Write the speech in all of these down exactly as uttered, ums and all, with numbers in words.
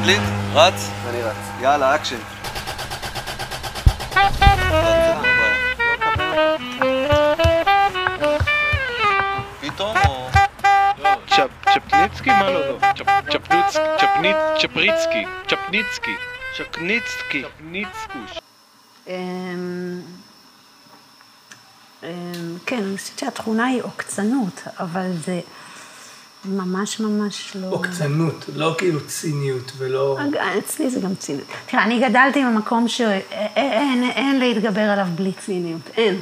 מקליט? רץ? אני רץ. יאללה, אקשן. פתאום או... צ'פניצקי? מה לא לא? צ'פריצקי, צ'פניצקי, צ'פניצקי, צ'פניצקוש. כן, אני חושבת שהתכונה היא עוקצנות, אבל זה ממש ממש לא... עוקצנות, לא כאילו ציניות ולא... אצלי זה גם ציניות. תראה, אני גדלתי במקום שאין להתגבר עליו בלי ציניות, אין.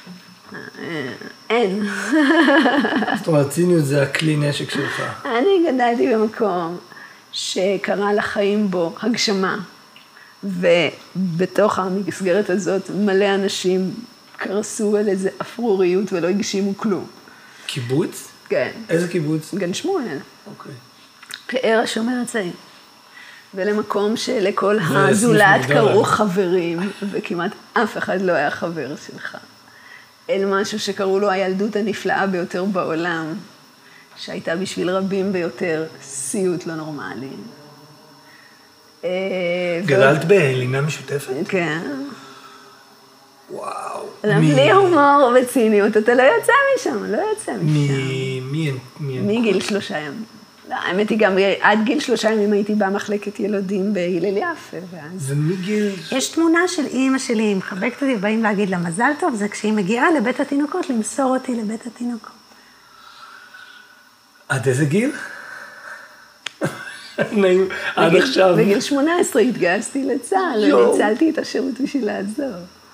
אין. זאת אומרת, ציניות זה הכלי נשק שלך. אני גדלתי במקום שקרה לחיים בו הגשמה, ובתוך המסגרת הזאת מלא אנשים קרסו על איזה אפרוריות ולא הגשימו כלום. קיבוץ? כן. איזה קיבוץ? גן שמואל. אוקיי. פאר השומר הצעיר. ולמקום שלכל הזולת קראו חברים, וכמעט אף אחד לא היה חבר שלך. אל משהו שקראו לו הילדות הנפלאה ביותר בעולם, שהייתה בשביל רבים ביותר סיוט לא נורמלי. גדלת בלינה משותפת? כן. וואו. בלי הומור וציניות, אתה לא יוצא משם, לא יוצא משם. מי? מגיל שלושה ימים. האמת היא גם, עד גיל שלושה ימים הייתי במחלקת ילודים בהלל יפה. ומגיל... יש תמונה של אימא שלי, מחבקת אותי, ובאים להגיד לה מזל טוב, זה כשהיא מגיעה לבית התינוקות, למסור אותי לבית התינוקות. עד איזה גיל? נעים, עד עכשיו. בגיל שמונה עשרה התגייסתי לצה"ל, וניצלתי את השירות בשביל לעזור.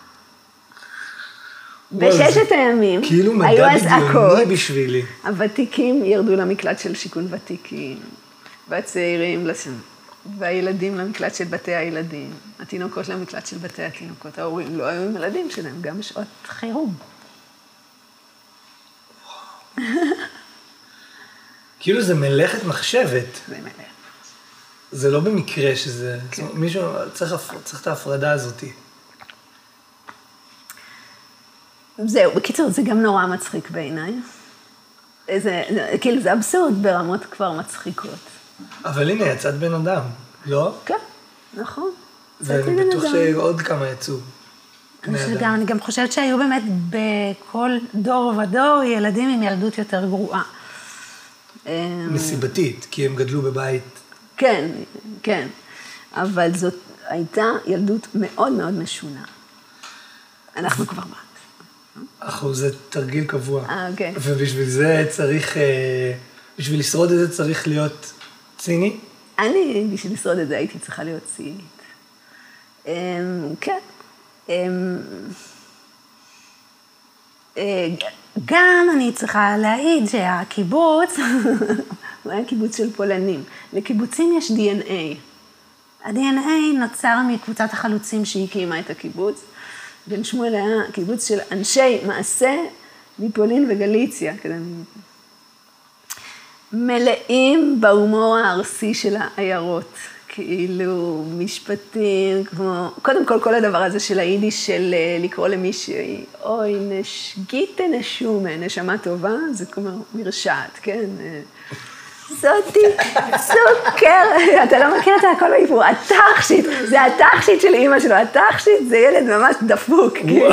בששת הימים היו אזעקות, הוותיקים ירדו למקלט של שיכון ותיקים, והצעירים, והילדים למקלט של בתי הילדים, התינוקות למקלט של בתי התינוקות, ההורים לא היו עם ילדים שלהם, גם בשעות חירום. כאילו זה מלאכת מחשבת. זה מלאכת. זה לא במקרה שזה, מישהו צריך את ההפרדה הזאת. זהו, בקיצור, זה גם נורא מצחיק בעיניי. זה, כאילו, זה אבסורד ברמות כבר מצחיקות. אבל הנה, יצאת בן אדם, לא? כן, נכון. ואני בטוח שעוד כמה יצאו. אני גם חושבת שהיו באמת בכל דור ודור ילדים עם ילדות יותר גרועה. מסיבתית, כי הם גדלו בבית. כן, כן. אבל זאת הייתה ילדות מאוד מאוד משונה. אנחנו כבר מה. אחוז זה תרגיל קבוע. אה, אוקיי. ובשביל זה צריך, בשביל לשרוד את זה צריך להיות ציני? אני, בשביל לשרוד את זה הייתי צריכה להיות צינית. כן. גם אני צריכה להעיד שהקיבוץ, הוא היה קיבוץ של פולנים. לקיבוצים יש די אן איי. ה-די אן איי נוצר מקבוצת החלוצים שהקימה את הקיבוץ. בן שמואל היה קיבוץ של אנשי מעשה מפולין וגליציה, כדי... מלאים בהומור הארסי של העיירות, כאילו משפטים, כמו... קודם כל, כל הדבר הזה של היידיש של לקרוא למישהי, אוי, נשגיתה נשומה, נשמה טובה, זה כמו מרשעת, כן? זאתי סוכר, אתה לא מכיר את זה הכל בעיבור, התכשיט, זה התכשיט של אמא שלו, התכשיט זה ילד ממש דפוק, כאילו.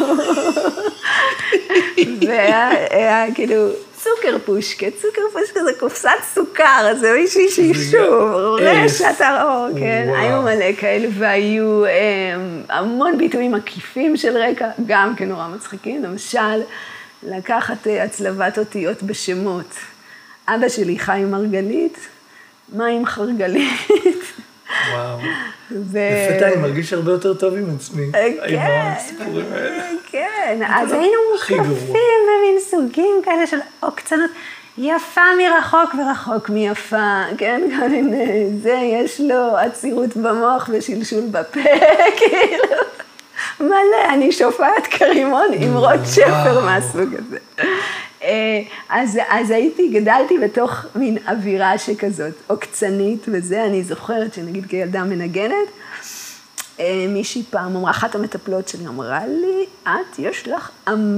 והיה כאילו סוכר פושקה, סוכר פושקה זה קופסת סוכר, אז זה מישהי שישוב, רשת הרור, כן, היו מלא כאלה, והיו המון ביטויים עקיפים של רקע, גם כנורא מצחיקים, למשל, לקחת הצלבת אותיות בשמות. אבא שלי חיים מרגלית, מים חרגלית. וואו. לפתע אני מרגיש הרבה יותר טוב עם עצמי. כן, כן. אז היינו מוקפים במין סוגים כאלה של עוקצנות. יפה מרחוק ורחוק מיפה, כן? גם הנה, זה יש לו עצירות במוח ושלשול בפה, כאילו. מלא, אני שופעת קרימון עם רוט שפר מהסוג הזה. אז, אז הייתי, גדלתי בתוך מין אווירה שכזאת, עוקצנית וזה, אני זוכרת שנגיד כילדה מנגנת, מישהי פעם אמרה, אחת המטפלות שלי אמרה לי, את, יש לך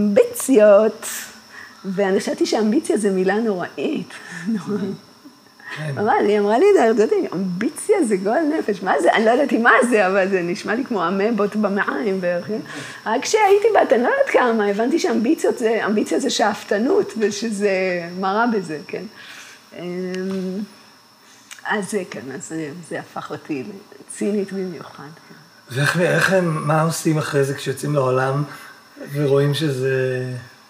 אמביציות, ואני חשבתי שאמביציה זה מילה נוראית. ממש, היא אמרה לי, אתה יודע, אמביציה זה גועל נפש, מה זה? אני לא ידעתי מה זה, אבל זה נשמע לי כמו אמבות במעיים בערך. רק כשהייתי בת, אני לא יודעת כמה, הבנתי שאמביציות זה, אמביציה זה שאפתנות, ושזה מראה בזה, כן. אז זה כן, אז זה הפך אותי צינית במיוחד. ואיך, איך הם, מה עושים אחרי זה כשיוצאים לעולם ורואים שזה...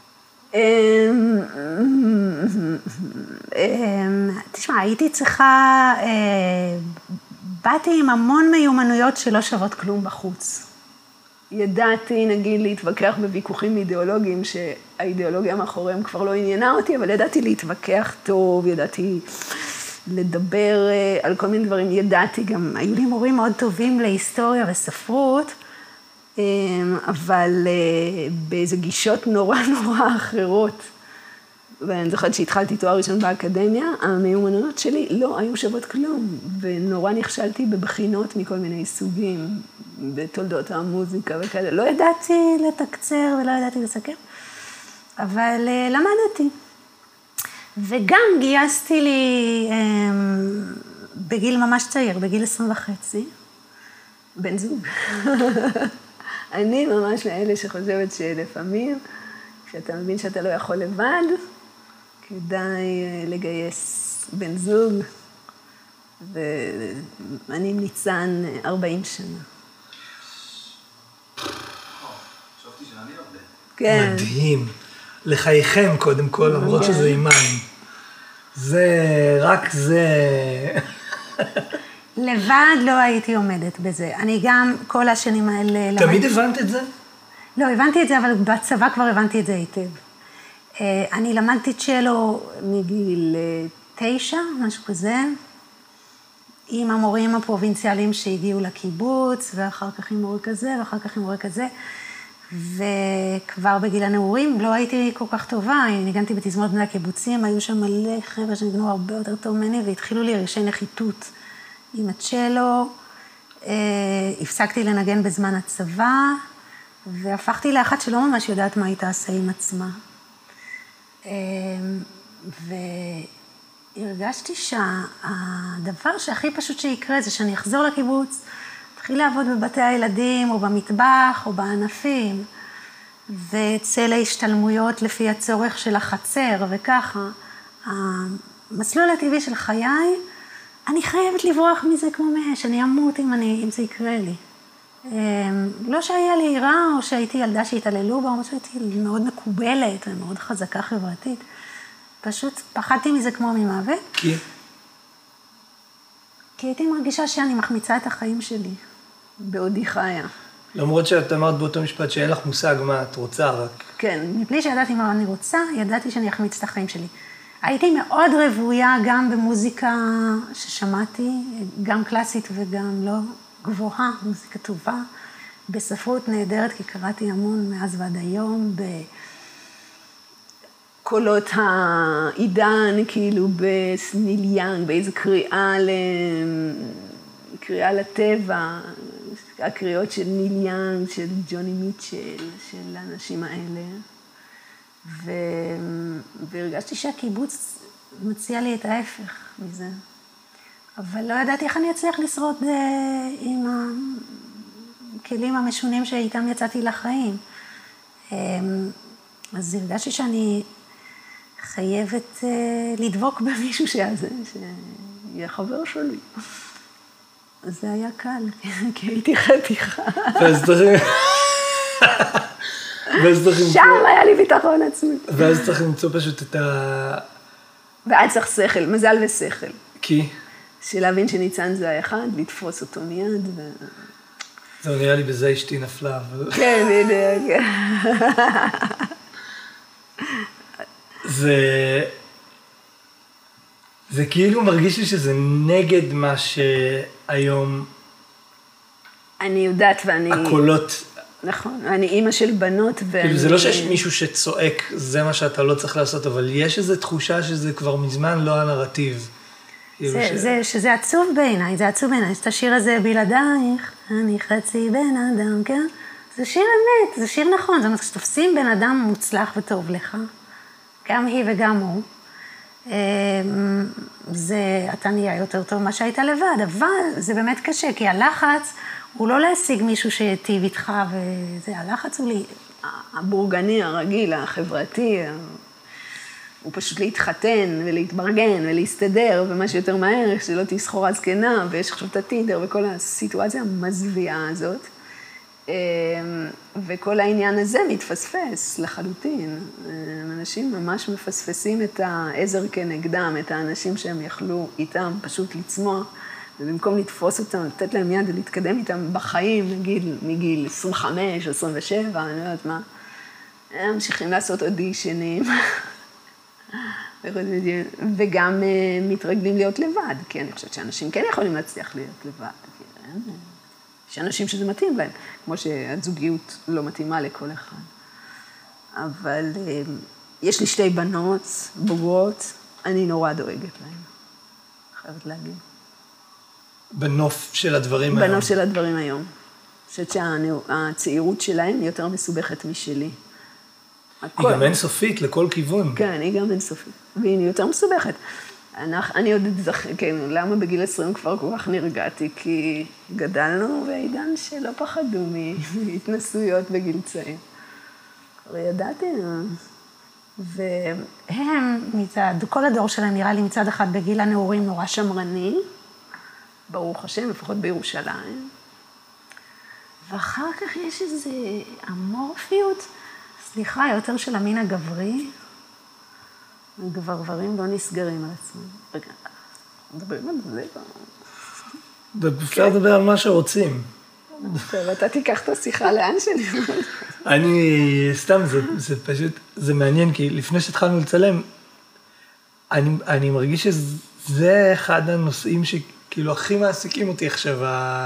תשמע, הייתי צריכה, באתי עם המון מיומנויות שלא שוות כלום בחוץ. ידעתי, נגיד, להתווכח בוויכוחים אידיאולוגיים, שהאידיאולוגיה מאחוריהם כבר לא עניינה אותי, אבל ידעתי להתווכח טוב, ידעתי לדבר על כל מיני דברים, ידעתי גם, היו לי מורים מאוד טובים להיסטוריה וספרות, אבל באיזה גישות נורא נורא אחרות. ואני זוכרת שהתחלתי תואר ראשון באקדמיה, המיומנויות שלי לא היו שוות כלום, ונורא נכשלתי בבחינות מכל מיני סוגים, בתולדות המוזיקה וכאלה. לא ידעתי לתקצר ולא ידעתי לסכם, אבל למדתי. וגם גייסתי לי בגיל ממש צעיר, בגיל עשרים וחצי, בן זוג. אני ממש מאלה שחושבת שלפעמים, כשאתה מבין שאתה לא יכול לבד, כדאי לגייס בן זוג, ואני עם ניצן ארבעים שנה. חשבתי שאני הרבה. כן. מדהים. לחייכם קודם כל, למרות שזה אימיים. זה, רק זה... לבד לא הייתי עומדת בזה. אני גם כל השנים האלה... תמיד הבנת את זה? לא, הבנתי את זה, אבל בצבא כבר הבנתי את זה היטב. אני למדתי צ'לו מגיל תשע, משהו כזה, עם המורים הפרובינציאליים שהגיעו לקיבוץ, ואחר כך עם מורה כזה, ואחר כך עם מורה כזה, וכבר בגיל הנעורים לא הייתי כל כך טובה, ניגנתי בתזמורת בני הקיבוצים, היו שם מלא חבר'ה שניגנו הרבה יותר טוב ממני, והתחילו לי רגשי נחיתות עם הצ'לו, הפסקתי לנגן בזמן הצבא, והפכתי לאחת שלא ממש יודעת מה היא תעשה עם עצמה. והרגשתי שהדבר שהכי פשוט שיקרה זה שאני אחזור לקיבוץ, אתחיל לעבוד בבתי הילדים או במטבח או בענפים, ואצא להשתלמויות לפי הצורך של החצר וככה. המסלול הטבעי של חיי, אני חייבת לברוח מזה כמו מאש, אני אמות אם, אני, אם זה יקרה לי. לא שהיה לי רע, או שהייתי ילדה שהתעללו בה, או שהייתי מאוד מקובלת ומאוד חזקה חברתית. פשוט פחדתי מזה כמו ממוות. כי? כי הייתי מרגישה שאני מחמיצה את החיים שלי, בעודי חיה. למרות שאת אמרת באותו משפט שאין לך מושג מה את רוצה רק. כן, מבלי שידעתי מה אני רוצה, ידעתי שאני אחמיץ את החיים שלי. הייתי מאוד רוויה גם במוזיקה ששמעתי, גם קלאסית וגם לא גבוהה, מוזיקה טובה, בספרות נהדרת, כי קראתי המון מאז ועד היום, בקולות העידן, כאילו בסניל יאנג, באיזו קריאה, קריאה לטבע, הקריאות של ניל יאנג, של ג'וני מיטשל, של האנשים האלה. ו... והרגשתי שהקיבוץ מציע לי את ההפך מזה. אבל לא ידעתי איך אני אצליח לשרוד עם הכלים המשונים שאיתם יצאתי לחיים. אז הרגשתי שאני חייבת לדבוק במישהו שזה, שיהיה חבר שלי. זה היה קל, כי הייתי חתיכה. ואז צריך... שם היה לי ביטחון עצמי. ואז צריך למצוא פשוט את ה... ואז צריך שכל, מזל ושכל. כי? שלהבין שניצן זה האחד, לתפוס אותו מיד. ו... זהו, נראה לי בזה אשתי נפלה. אבל... כן, בדיוק. זה... זה כאילו מרגיש לי שזה נגד מה שהיום... אני יודעת ואני... הקולות... נכון, אני אימא של בנות ואני... כאילו זה לא שיש מישהו שצועק, זה מה שאתה לא צריך לעשות, אבל יש איזו תחושה שזה כבר מזמן לא הנרטיב. זה, ש... זה, שזה עצוב בעיניי, זה עצוב בעיניי. את השיר הזה בלעדייך, אני חצי בן אדם, כן? זה שיר אמת, זה שיר נכון, זאת אומרת, כשתופסים בן אדם מוצלח וטוב לך, גם היא וגם הוא, זה, אתה נהיה יותר טוב ממה שהיית לבד, אבל זה באמת קשה, כי הלחץ הוא לא להשיג מישהו שיטיב איתך, וזה, הלחץ הוא לי, הבורגני, הרגיל, החברתי, הוא פשוט להתחתן ולהתברגן ולהסתדר, ומה שיותר מהר, שלא תהיה סחורה זקנה, ויש עכשיו את הטינדר וכל הסיטואציה המזוויעה הזאת. וכל העניין הזה מתפספס לחלוטין. אנשים ממש מפספסים את העזר כנגדם, את האנשים שהם יכלו איתם פשוט לצמוח, ובמקום לתפוס אותם, לתת להם יד ולהתקדם איתם בחיים, נגיד מגיל עשרים וחמש או עשרים ושבע, אני לא יודעת מה, הם ממשיכים לעשות אודישנים, וגם מתרגלים להיות לבד, כי אני חושבת שאנשים כן יכולים להצליח להיות לבד, יש אנשים שזה מתאים להם, כמו שהזוגיות לא מתאימה לכל אחד. אבל יש לי שתי בנות בוגרות, אני נורא דואגת להן, חייבת להגיד. בנוף של הדברים היום. בנוף של הדברים היום. אני חושבת שהצעירות שלהם יותר מסובכת משלי. היא גם אינסופית לכל כיוון. כן, היא גם אינסופית, והיא יותר מסובכת. אני עוד זכר, כן, למה בגיל עשרים כבר כל כך נרגעתי? כי גדלנו בעידן שלא פחדו מהתנסויות בגיל צעיר. כבר ידעתי, והם מצד, כל הדור שלהם נראה לי מצד אחד בגיל הנעורים נורא שמרני, ברוך השם, לפחות בירושלים. ואחר כך יש איזו אמורפיות, סליחה, יותר של המין הגברי, גברים לא נסגרים על עצמם. רגע, מדברים על זה כבר. אפשר לדבר על מה שרוצים. טוב, אתה תיקח את השיחה לאן שאני... אני, סתם, זה פשוט, זה מעניין, כי לפני שהתחלנו לצלם, אני מרגיש שזה אחד הנושאים שכאילו הכי מעסיקים אותי עכשיו.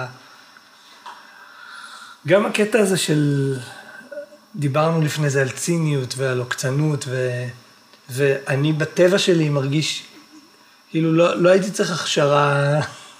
גם הקטע הזה של, דיברנו לפני זה על ציניות ועל עוקצנות ו... ואני בטבע שלי מרגיש, כאילו לא, לא הייתי צריך הכשרה,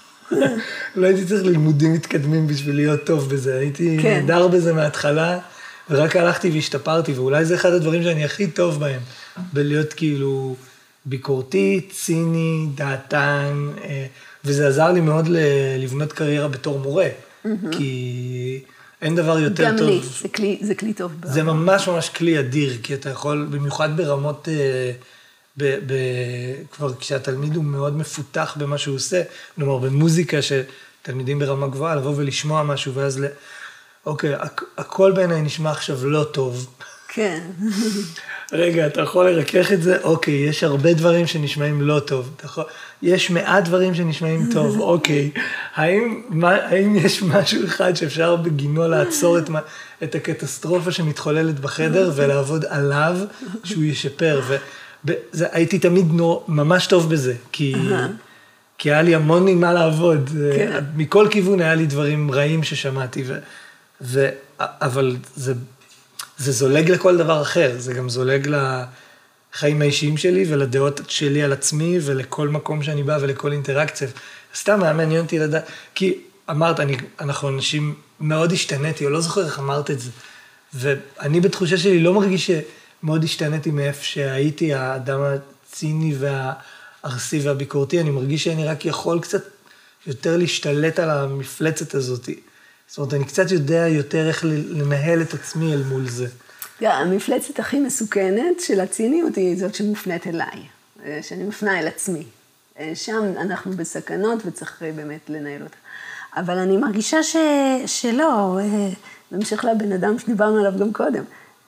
לא הייתי צריך לימודים מתקדמים בשביל להיות טוב בזה, הייתי כן. נהדר בזה מההתחלה, ורק הלכתי והשתפרתי, ואולי זה אחד הדברים שאני הכי טוב בהם, בלהיות כאילו ביקורתי, ציני, דעתן, וזה עזר לי מאוד לבנות קריירה בתור מורה, כי... אין דבר יותר גם טוב. גם לי, זה כלי, זה כלי טוב. זה בעבר. ממש ממש כלי אדיר, כי אתה יכול, במיוחד ברמות, אה, ב, ב, כבר כשהתלמיד הוא מאוד מפותח במה שהוא עושה, כלומר במוזיקה שתלמידים ברמה גבוהה, לבוא ולשמוע משהו, ואז ל... אוקיי, הכ, הכל בעיניי נשמע עכשיו לא טוב. כן. רגע, אתה יכול לרכך את זה? אוקיי, יש הרבה דברים שנשמעים לא טוב. אתה יכול... יש מעט דברים שנשמעים טוב, אוקיי. האם, מה, האם יש משהו אחד שאפשר בגינו לעצור את, את הקטסטרופה שמתחוללת בחדר ולעבוד עליו שהוא ישפר? והייתי תמיד נור, ממש טוב בזה, כי, כי היה לי המון ממה לעבוד. כן. מכל כיוון היה לי דברים רעים ששמעתי, ו, ו, אבל זה... זה זולג לכל דבר אחר, זה גם זולג לחיים האישיים שלי ולדעות שלי על עצמי ולכל מקום שאני בא ולכל אינטראקציה. סתם היה מעניין אותי לדעת, כי אמרת, אני, אנחנו אנשים מאוד השתניתי, או לא זוכר איך אמרת את זה, ואני בתחושה שלי לא מרגיש שמאוד השתניתי מאיפה שהייתי האדם הציני והארסי והביקורתי, אני מרגיש שאני רק יכול קצת יותר להשתלט על המפלצת הזאת. זאת אומרת, אני קצת יודע יותר איך לנהל את עצמי אל מול זה. המפלצת הכי מסוכנת של הציניות היא זאת שמופנית אליי, שאני מפנה אל עצמי. שם אנחנו בסכנות וצריך באמת לנהל אותה. אבל אני מרגישה ש... שלא, במשך לבן אדם שדיברנו עליו גם קודם.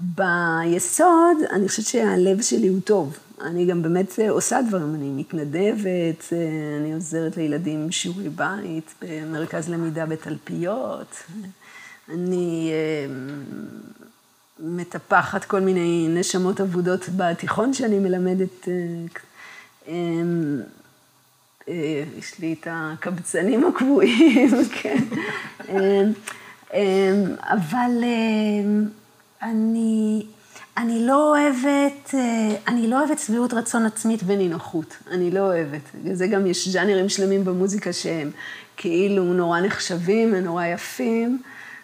ביסוד, אני חושבת שהלב שלי הוא טוב. אני גם באמת עושה דברים, אני מתנדבת, אני עוזרת לילדים שיעורי בית, במרכז למידה בתלפיות. אני מטפחת כל מיני נשמות עבודות בתיכון שאני מלמדת. יש לי את הקבצנים הקבועים, כן. אבל אני... אני לא אוהבת, אני לא אוהבת סביעות רצון עצמית ונינוחות. אני לא אוהבת. זה גם יש ז'אנרים שלמים במוזיקה שהם כאילו נורא נחשבים ונורא יפים,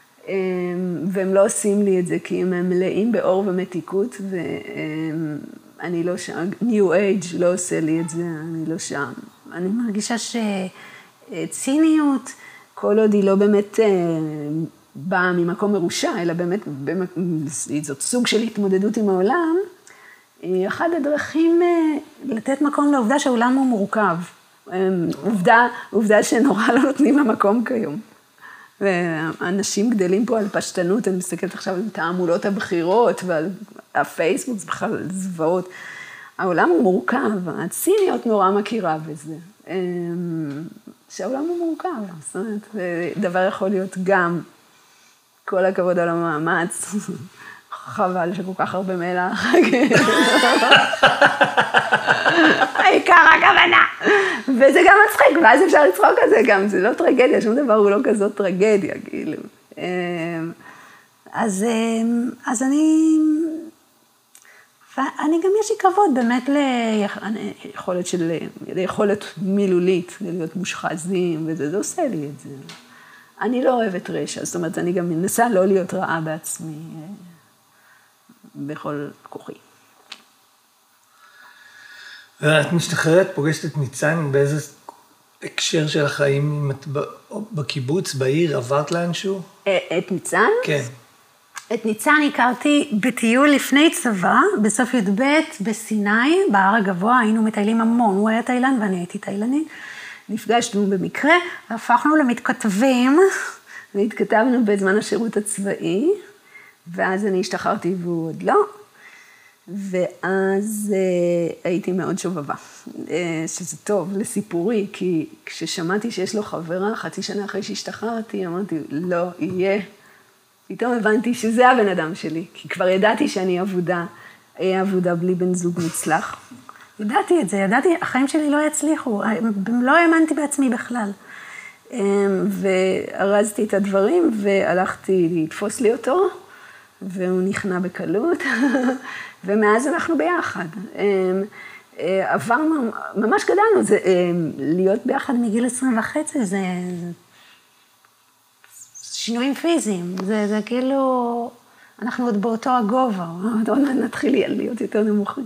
והם לא עושים לי את זה, כי הם מלאים באור ומתיקות, אני לא שם, ניו אייג' לא עושה לי את זה, אני לא שם. אני מרגישה שציניות, כל עוד היא לא באמת באה ממקום מרושע, אלא באמת, זאת סוג של התמודדות עם העולם, היא אחד הדרכים לתת מקום לעובדה שהעולם הוא מורכב. עובדה, עובדה שנורא לא נותנים למקום כיום. ואנשים גדלים פה על פשטנות, אני מסתכלת עכשיו על תעמולות הבחירות ועל הפייסבוק, זה בכלל זוועות. העולם הוא מורכב, הציניות נורא מכירה בזה. שהעולם הוא מורכב, זאת אומרת, דבר יכול להיות גם כל הכבוד על המאמץ, חבל שכל כך הרבה מלח. העיקר הכוונה. וזה גם מצחיק, ואז אפשר לצחוק על זה גם, זה לא טרגדיה, שום דבר הוא לא כזאת טרגדיה, כאילו. אז, אז אני, ואני גם יש לי כבוד באמת ליכולת של, ליכולת מילולית, להיות מושחזים, וזה, זה עושה לי את זה. אני לא אוהבת רשע, זאת אומרת, אני גם מנסה לא להיות רעה בעצמי, בכל כוחי. ואת משתחררת, פוגשת את ניצן באיזה הקשר של החיים, אם את בקיבוץ, בעיר, עברת לאנשהו? את ניצן? כן. את ניצן הכרתי בטיול לפני צבא, בסוף י"ב בסיני, בהר הגבוה, היינו מטיילים המון, הוא היה תאילן ואני הייתי תאילנית. נפגשנו במקרה, והפכנו למתכתבים, והתכתבנו בזמן השירות הצבאי, ואז אני השתחררתי והוא עוד לא, ואז אה, הייתי מאוד שובבה, אה, שזה טוב לסיפורי, כי כששמעתי שיש לו חברה, חצי שנה אחרי שהשתחררתי, אמרתי, לא יהיה. פתאום הבנתי שזה הבן אדם שלי, כי כבר ידעתי שאני עבודה, עבודה בלי בן זוג מוצלח. ידעתי את זה, ידעתי, החיים שלי לא יצליחו, לא האמנתי בעצמי בכלל. וארזתי את הדברים והלכתי לתפוס לי אותו, והוא נכנע בקלות, ומאז אנחנו ביחד. עברנו, ממש גדלנו, זה, להיות ביחד מגיל עשרים וחצי, זה שינויים פיזיים, זה, זה כאילו, אנחנו עוד באותו הגובה, עוד נתחיל להיות יותר נמוכים.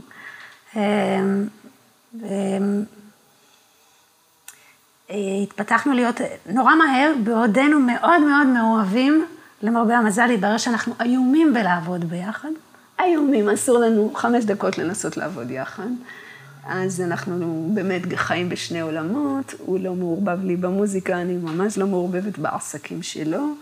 התפתחנו להיות נורא מהר, בעודנו מאוד מאוד מאוהבים, למרבה המזל התברר שאנחנו איומים בלעבוד ביחד. איומים, אסור לנו חמש דקות לנסות לעבוד יחד. אז אנחנו באמת חיים בשני עולמות, הוא לא מעורבב לי במוזיקה, אני ממש לא מעורבבת בעסקים שלו.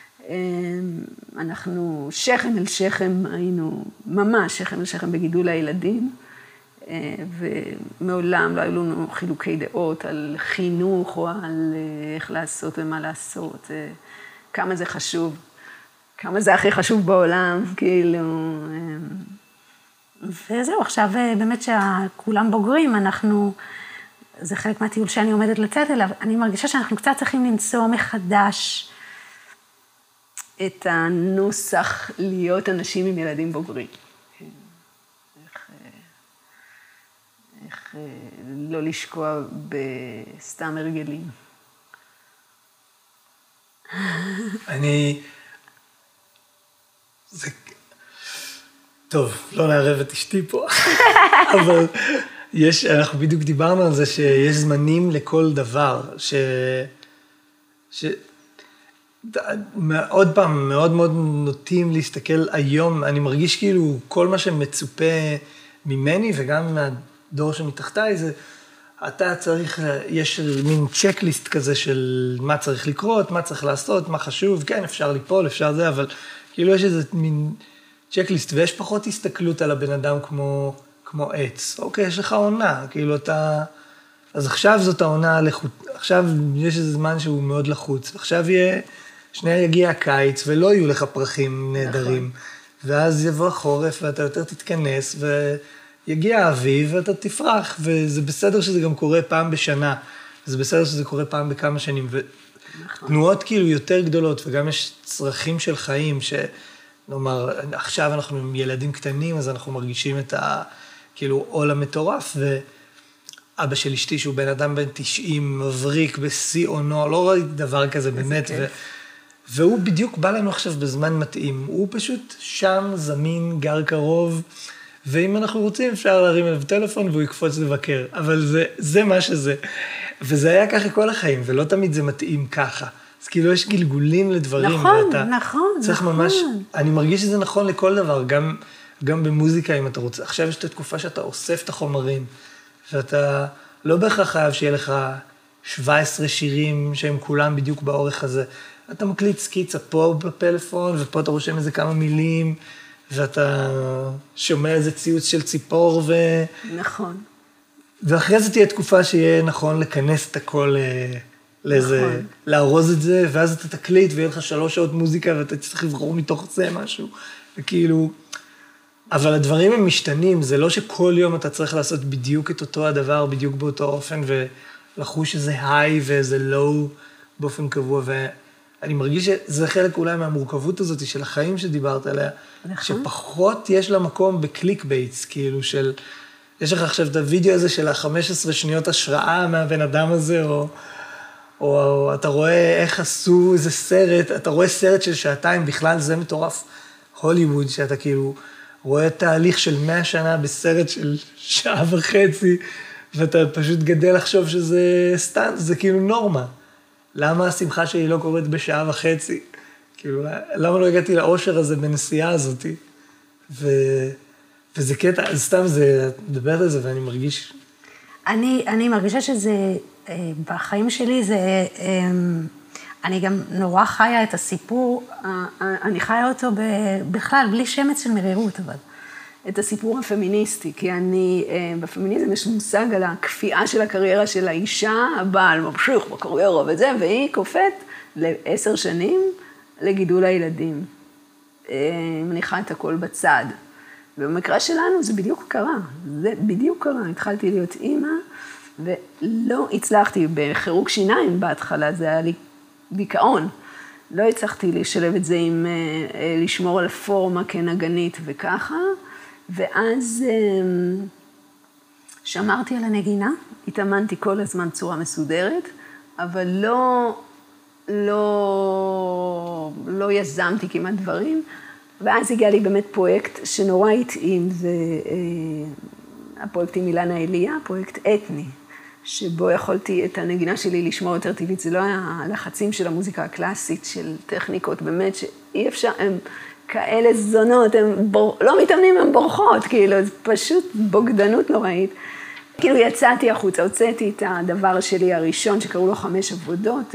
אנחנו שכם אל שכם, היינו ממש שכם אל שכם בגידול הילדים, ומעולם לא היו לנו חילוקי דעות על חינוך או על איך לעשות ומה לעשות, כמה זה חשוב, כמה זה הכי חשוב בעולם, כאילו. וזהו, עכשיו באמת שכולם בוגרים, אנחנו, זה חלק מהטיול שאני עומדת לצאת אליו, אני מרגישה שאנחנו קצת צריכים למצוא מחדש את הנוסח להיות אנשים עם ילדים בוגרים. איך, איך לא לשקוע בסתם הרגלים. אני... זה... טוב, לא לערב את אשתי פה, אבל יש, אנחנו בדיוק דיברנו על זה שיש זמנים לכל דבר, ש... ש... עוד פעם, מאוד מאוד נוטים להסתכל היום, אני מרגיש כאילו כל מה שמצופה ממני וגם מהדור שמתחתיי, זה אתה צריך, יש מין צ'קליסט כזה של מה צריך לקרות, מה צריך לעשות, מה חשוב, כן, אפשר ליפול, אפשר זה, אבל כאילו יש איזה מין צ'קליסט, ויש פחות הסתכלות על הבן אדם כמו, כמו עץ. אוקיי, יש לך עונה, כאילו אתה... אז עכשיו זאת העונה לחוץ, עכשיו יש איזה זמן שהוא מאוד לחוץ, עכשיו יהיה, שנייה יגיע הקיץ, ולא יהיו לך פרחים נהדרים, ואז יבוא החורף, ואתה יותר תתכנס, ויגיע האביב, ואתה תפרח, וזה בסדר שזה גם קורה פעם בשנה, וזה בסדר שזה קורה פעם בכמה שנים, ותנועות כאילו יותר גדולות, וגם יש צרכים של חיים, שנאמר, עכשיו אנחנו עם ילדים קטנים, אז אנחנו מרגישים את ה... כאילו עול המטורף, ואבא של אשתי, שהוא בן אדם בן תשעים, מבריק בשיא עונו, לא ראיתי דבר כזה באמת, ו... והוא בדיוק בא לנו עכשיו בזמן מתאים, הוא פשוט שם, זמין, גר קרוב, ואם אנחנו רוצים אפשר להרים אליו טלפון והוא יקפוץ לבקר, אבל זה, זה מה שזה. וזה היה ככה כל החיים, ולא תמיד זה מתאים ככה. אז כאילו יש גלגולים לדברים, נכון, ואתה נכון, צריך נכון. ממש, אני מרגיש שזה נכון לכל דבר, גם, גם במוזיקה אם אתה רוצה. עכשיו יש את התקופה שאתה אוסף את החומרים, ואתה לא בהכרח חייב שיהיה לך שבעה עשר שירים שהם כולם בדיוק באורך הזה. אתה מקליט סקיצה פה בפלאפון, ופה אתה רושם איזה כמה מילים, ואתה שומע איזה ציוץ של ציפור, ו... נכון. ואחרי זה תהיה תקופה שיהיה נכון לכנס את הכל לאיזה, נכון. לארוז את זה, ואז אתה תקליט ויהיה לך שלוש שעות מוזיקה, ואתה צריך לבחור מתוך זה משהו, וכאילו... אבל הדברים הם משתנים, זה לא שכל יום אתה צריך לעשות בדיוק את אותו הדבר, בדיוק באותו אופן, ולחוש איזה היי ואיזה לואו באופן קבוע, ואני מרגיש שזה חלק אולי מהמורכבות הזאת של החיים שדיברת עליה, נכון. שפחות יש לה מקום בקליק בייטס, כאילו של, יש לך עכשיו את הוידאו הזה של ה-חמש עשרה שניות השראה מהבן אדם הזה, או, או, או אתה רואה איך עשו איזה סרט, אתה רואה סרט של שעתיים, בכלל זה מטורף, הוליווד, שאתה כאילו... רואה תהליך של מאה שנה בסרט של שעה וחצי, ואתה פשוט גדל לחשוב שזה סטנד, זה כאילו נורמה. למה השמחה שלי לא קורית בשעה וחצי? כאילו, למה לא הגעתי לאושר הזה בנסיעה הזאת? ו... וזה קטע, אז סתם זה, מדברת על זה ואני מרגיש... אני, אני מרגישה שזה, בחיים שלי זה... אני גם נורא חיה את הסיפור, אני חיה אותו בכלל, בלי שמץ של מרירות, אבל את הסיפור הפמיניסטי, כי אני, בפמיניזם יש מושג על הכפייה של הקריירה של האישה, הבעל ממשיך בקריירה וזה, והיא קופאת לעשר שנים לגידול הילדים. מניחה את הכל בצד. ובמקרה שלנו זה בדיוק קרה, זה בדיוק קרה. התחלתי להיות אימא, ולא הצלחתי בחירוק שיניים בהתחלה, זה היה לי דיכאון. לא הצלחתי לשלב את זה עם לשמור על הפורמה כנגנית וככה, ואז שמרתי על הנגינה, התאמנתי כל הזמן צורה מסודרת, אבל לא, לא, לא יזמתי כמעט דברים, ואז הגיע לי באמת פרויקט שנורא התאים, זה הפרויקט עם אילנה אליה, פרויקט אתני. שבו יכולתי את הנגינה שלי לשמור יותר טבעית, זה לא היה הלחצים של המוזיקה הקלאסית, של טכניקות, באמת שאי אפשר, הם כאלה זונות, הם בור, לא מתאמנים, הם בורחות, כאילו, זה פשוט בוגדנות נוראית. כאילו יצאתי החוצה, הוצאתי את הדבר שלי הראשון, שקראו לו חמש עבודות,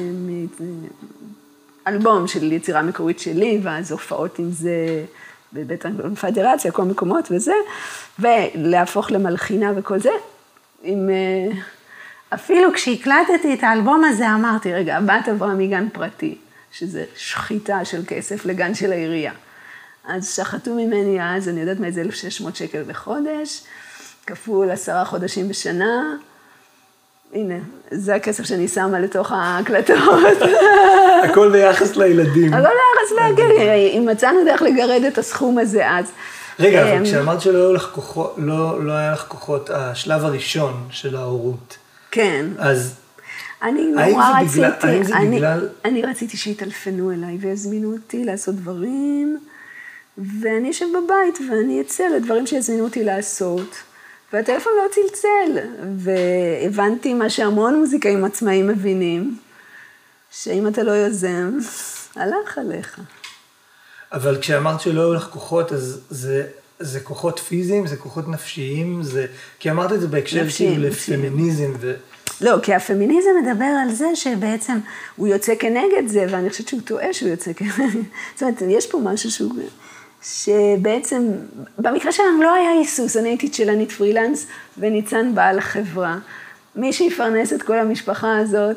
אלבום של יצירה מקורית שלי, ואז הופעות עם זה בבית הפדרציה, כל מקומות וזה, ולהפוך למלחינה וכל זה, עם... אפילו כשהקלטתי את האלבום הזה, אמרתי, רגע, הבת עברה מגן פרטי, שזה שחיטה של כסף לגן של העירייה. אז שחטו ממני אז, אני יודעת מה זה אלף ושש מאות שקל בחודש, כפול עשרה חודשים בשנה, הנה, זה הכסף שאני שמה לתוך ההקלטות. הכל ביחס לילדים. הכל ביחס לילדים, אם מצאנו דרך לגרד את הסכום הזה אז. רגע, אבל כשאמרת שלא היו לך כוחות, לא, לא היה לך כוחות, השלב הראשון של ההורות. כן. אז אני נורא רציתי, בגלל, האם זה אני, בגלל... אני רציתי שיתלפנו אליי ויזמינו אותי לעשות דברים, ואני אשב בבית ואני אצא לדברים שיזמינו אותי לעשות, והטלפון לא צלצל, והבנתי מה שהמון מוזיקאים עצמאיים מבינים, שאם אתה לא יוזם, הלך עליך. אבל כשאמרת שלא היו לך כוחות, אז זה, זה כוחות פיזיים, זה כוחות נפשיים, זה... כי אמרת את זה בהקשר כאילו לפמיניזם ו... לא, כי הפמיניזם מדבר על זה שבעצם הוא יוצא כנגד זה, ואני חושבת שהוא טועה שהוא יוצא כנגד. זאת אומרת, יש פה משהו שהוא... שבעצם, במקרה שלנו לא היה היסוס, אני הייתי צ'לנית פרילנס, וניצן בעל החברה. מי שיפרנס את כל המשפחה הזאת,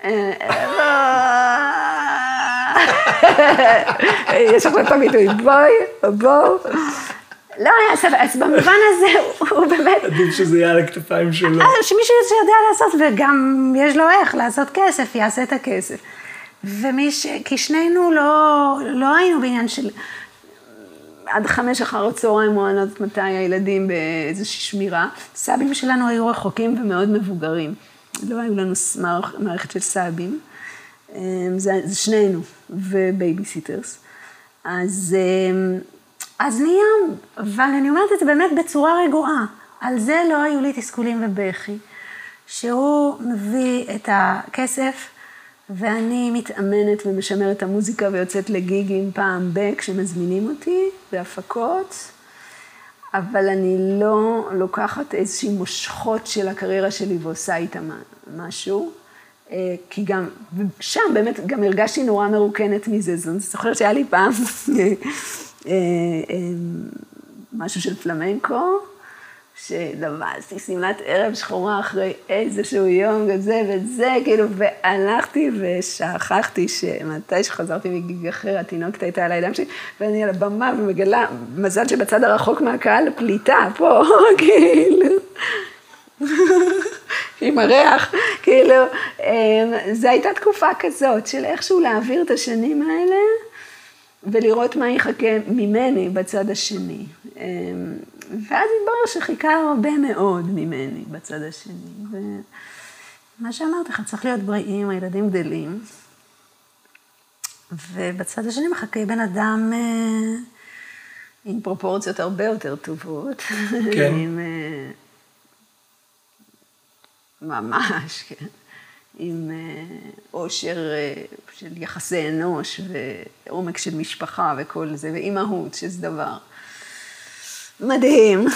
יש לך פה ביטוי, בואי, בואו. לא היה סבבה, אז במובן הזה הוא באמת... עדיף שזה יהיה על הכתפיים שלו. שמישהו שיודע לעשות, וגם יש לו איך לעשות כסף, יעשה את הכסף. ומי ש... כי שנינו לא, לא היינו בעניין של... עד חמש אחר הצהריים או עד מתי הילדים באיזושהי שמירה. סבים שלנו היו רחוקים ומאוד מבוגרים. לא היו לנו מערכת של סבים. זה, זה שנינו, ובייביסיטרס. אז אז נהיה, אבל אני אומרת את זה באמת בצורה רגועה. על זה לא היו לי תסכולים ובכי. שהוא מביא את הכסף, ואני מתאמנת ומשמרת את המוזיקה ויוצאת לגיגים פעם ב, כשמזמינים אותי, בהפקות, אבל אני לא לוקחת איזושהי מושכות של הקריירה שלי ועושה איתה משהו, כי גם שם באמת גם הרגשתי נורא מרוקנת מזה, זאת אומרת, זוכרת שהיה לי פעם משהו של פלמנקו, שלבסתי שמלת ערב שחורה אחרי איזשהו יום כזה וזה, כאילו, והלכתי ושכחתי שמתי שחזרתי מגיג אחר, התינוקת הייתה על הידיים שלי, ואני על הבמה ומגלה, מזל שבצד הרחוק מהקהל, פליטה, פה, כאילו, עם הריח, כאילו, זו הייתה תקופה כזאת של איכשהו להעביר את השנים האלה, ולראות מה יחכה ממני בצד השני. ואז התברר שחיכה הרבה מאוד ממני בצד השני. ומה שאמרתי לך, צריך להיות בריאים, הילדים גדלים. ובצד השני מחכה בן אדם עם פרופורציות הרבה יותר טובות. כן. עם... ממש, כן. עם עושר של יחסי אנוש ועומק של משפחה וכל זה, ואימהות, שזה דבר מדהים.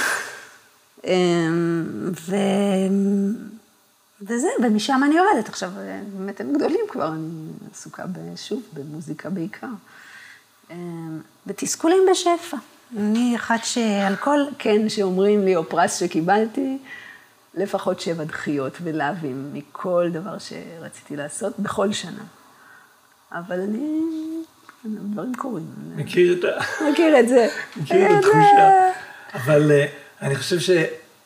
ו... וזה, ומשם אני עובדת. עכשיו, באמת הם גדולים כבר, אני עסוקה שוב במוזיקה בעיקר. ותסכולים בשפע. אני אחת שעל כל כן שאומרים לי, או פרס שקיבלתי, לפחות שבע דחיות ולהבים מכל דבר שרציתי לעשות בכל שנה. אבל אני, דברים קורים. מכיר את ה... מכיר את זה. מכיר את התחושה. אבל אני חושב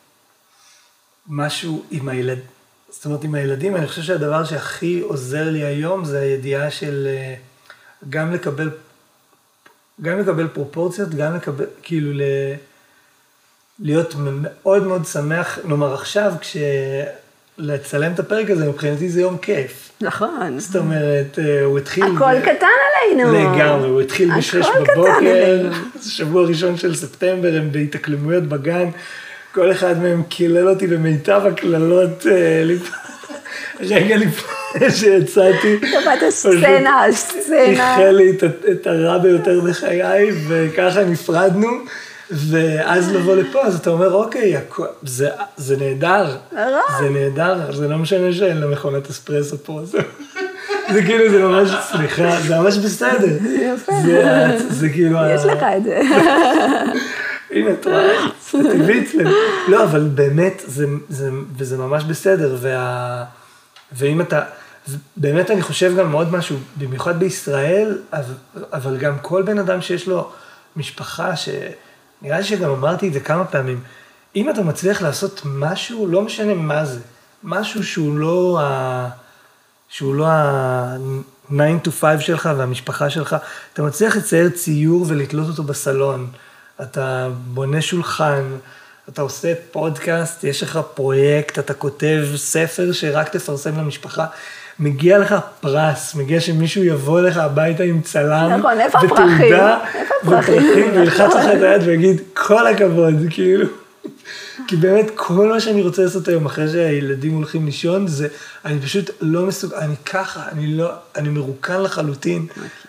שמשהו עם הילד, זאת אומרת עם הילדים, אני חושב שהדבר שהכי עוזר לי היום זה הידיעה של גם לקבל, גם לקבל פרופורציות, גם לקבל, כאילו ל... להיות מאוד מאוד שמח, נאמר עכשיו, כשלצלם את הפרק הזה, מבחינתי זה יום כיף. נכון. זאת אומרת, הוא התחיל... הכל קטן עלינו. לגמרי, הוא התחיל בשש בבוקר, זה שבוע ראשון של ספטמבר, הם בהתאקלמויות בגן, כל אחד מהם קילל אותי במיטב הקללות, רגע לפני שיצאתי. טובת הסצנה, הסצנה. איחל לי את הרע ביותר בחיי, וככה נפרדנו. ואז לבוא לפה, אז אתה אומר, אוקיי, זה, זה נהדר, זה נהדר, זה לא משנה שאין לה מכונת אספרסו פה, זה, זה כאילו, זה ממש, סליחה, זה ממש בסדר. יפה. זה, זה כאילו... יש לך את זה. הנה, אתה רואה, זה טבעי אצלנו. לא, אבל באמת, זה, זה, וזה ממש בסדר, וה, ואם אתה, באמת אני חושב גם מאוד משהו, במיוחד בישראל, אבל גם כל בן אדם שיש לו משפחה ש... נראה לי שגם אמרתי את זה כמה פעמים, אם אתה מצליח לעשות משהו, לא משנה מה זה, משהו שהוא לא ה... שהוא לא ה-nine to five שלך והמשפחה שלך, אתה מצליח לצייר ציור ולתלות אותו בסלון, אתה בונה שולחן, אתה עושה פודקאסט, יש לך פרויקט, אתה כותב ספר שרק תפרסם למשפחה, מגיע לך פרס, מגיע שמישהו יבוא לך הביתה עם צלם, נכון, איפה הפרחים? איפה הפרחים? וילחץ לך את היד ויגיד, כל הכבוד, כאילו. כי באמת, כל מה שאני רוצה לעשות היום, אחרי שהילדים הולכים לישון, זה, אני פשוט לא מסוג, אני ככה, אני לא, אני מרוקן לחלוטין.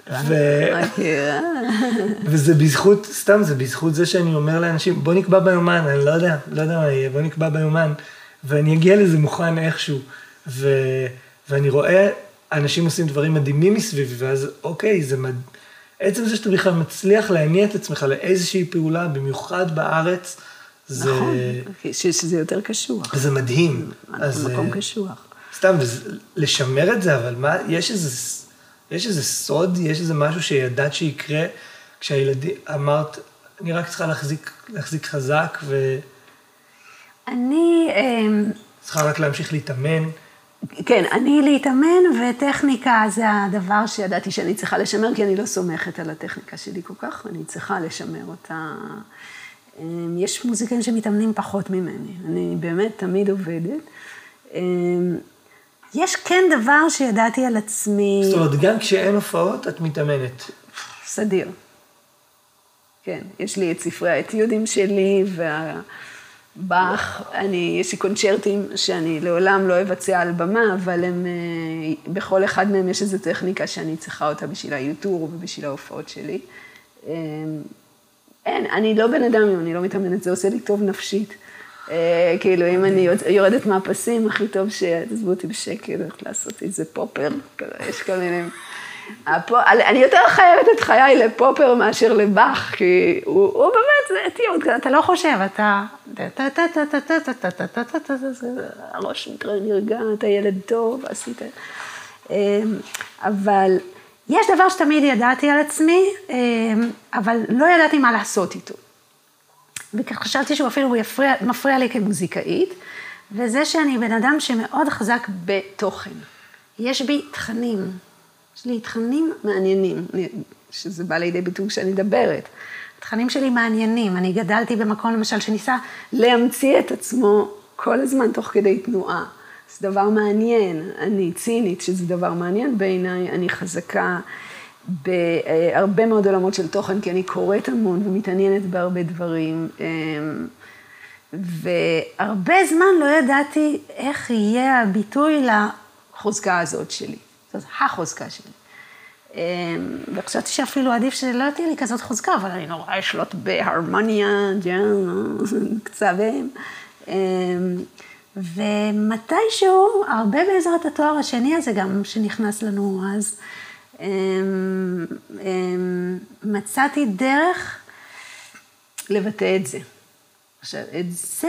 וזה בזכות, סתם, זה בזכות זה שאני אומר לאנשים, בוא נקבע ביומן, אני לא יודע, לא יודע מה יהיה, בוא נקבע ביומן, ואני אגיע לזה מוכן איכשהו, ו... ואני רואה אנשים עושים דברים מדהימים מסביבי, ואז אוקיי, זה מד... עצם זה שאתה בכלל מצליח להניע את עצמך לאיזושהי פעולה, במיוחד בארץ, זה... נכון, שזה יותר קשוח. זה מדהים. אנחנו מקום קשוח. סתם, לשמר את זה, אבל מה, יש איזה, יש איזה סוד, יש איזה משהו שידעת שיקרה, כשהילדים, אמרת, אני רק צריכה להחזיק, להחזיק חזק, ו... אני... צריכה רק להמשיך להתאמן. כן, אני להתאמן, וטכניקה זה הדבר שידעתי שאני צריכה לשמר, כי אני לא סומכת על הטכניקה שלי כל כך, אני צריכה לשמר אותה. יש מוזיקאים שמתאמנים פחות ממני, אני באמת תמיד עובדת. יש כן דבר שידעתי על עצמי... זאת אומרת, גם כשאין הופעות, את מתאמנת. סדיר. כן, יש לי את ספרי האתיודים שלי, והבאך, אני, יש לי קונצ'רטים שאני לעולם לא אבצע על במה, אבל הם, בכל אחד מהם יש איזו טכניקה שאני צריכה אותה בשביל היוטור ובשביל ההופעות שלי. אין, אני לא בן אדם, אם אני לא מתאמנת, זה עושה לי טוב נפשית. כאילו, אם אני יורדת מהפסים, הכי טוב שתעזבו אותי בשקט, הולכת לעשות איזה פופר, יש כל מיני... אני יותר חייבת את חיי לפופר מאשר לבאך, כי הוא באמת, אתה לא חושב, אתה... הראש נרגע, אתה ילד טוב, עשית... אבל יש דבר שתמיד ידעתי על עצמי, אבל לא ידעתי מה לעשות איתו. וחשבתי שהוא אפילו מפריע לי כמוזיקאית, וזה שאני בן אדם שמאוד חזק בתוכן. יש בי תכנים. יש לי תכנים מעניינים, שזה בא לידי ביטוי כשאני מדברת. התכנים שלי מעניינים, אני גדלתי במקום למשל שניסה להמציא את עצמו כל הזמן תוך כדי תנועה. זה דבר מעניין, אני צינית שזה דבר מעניין בעיניי, אני חזקה בהרבה מאוד עולמות של תוכן, כי אני קוראת המון ומתעניינת בהרבה דברים, והרבה זמן לא ידעתי איך יהיה הביטוי לחוזקה הזאת שלי. זאת החוזקה שלי. וחשבתי שאפילו עדיף שלא תהיה לי כזאת חוזקה, אבל אני נורא אשלוט בהרמוניה, קצבים. ומתישהו, הרבה בעזרת התואר השני הזה גם שנכנס לנו אז, מצאתי דרך לבטא את זה. עכשיו, את זה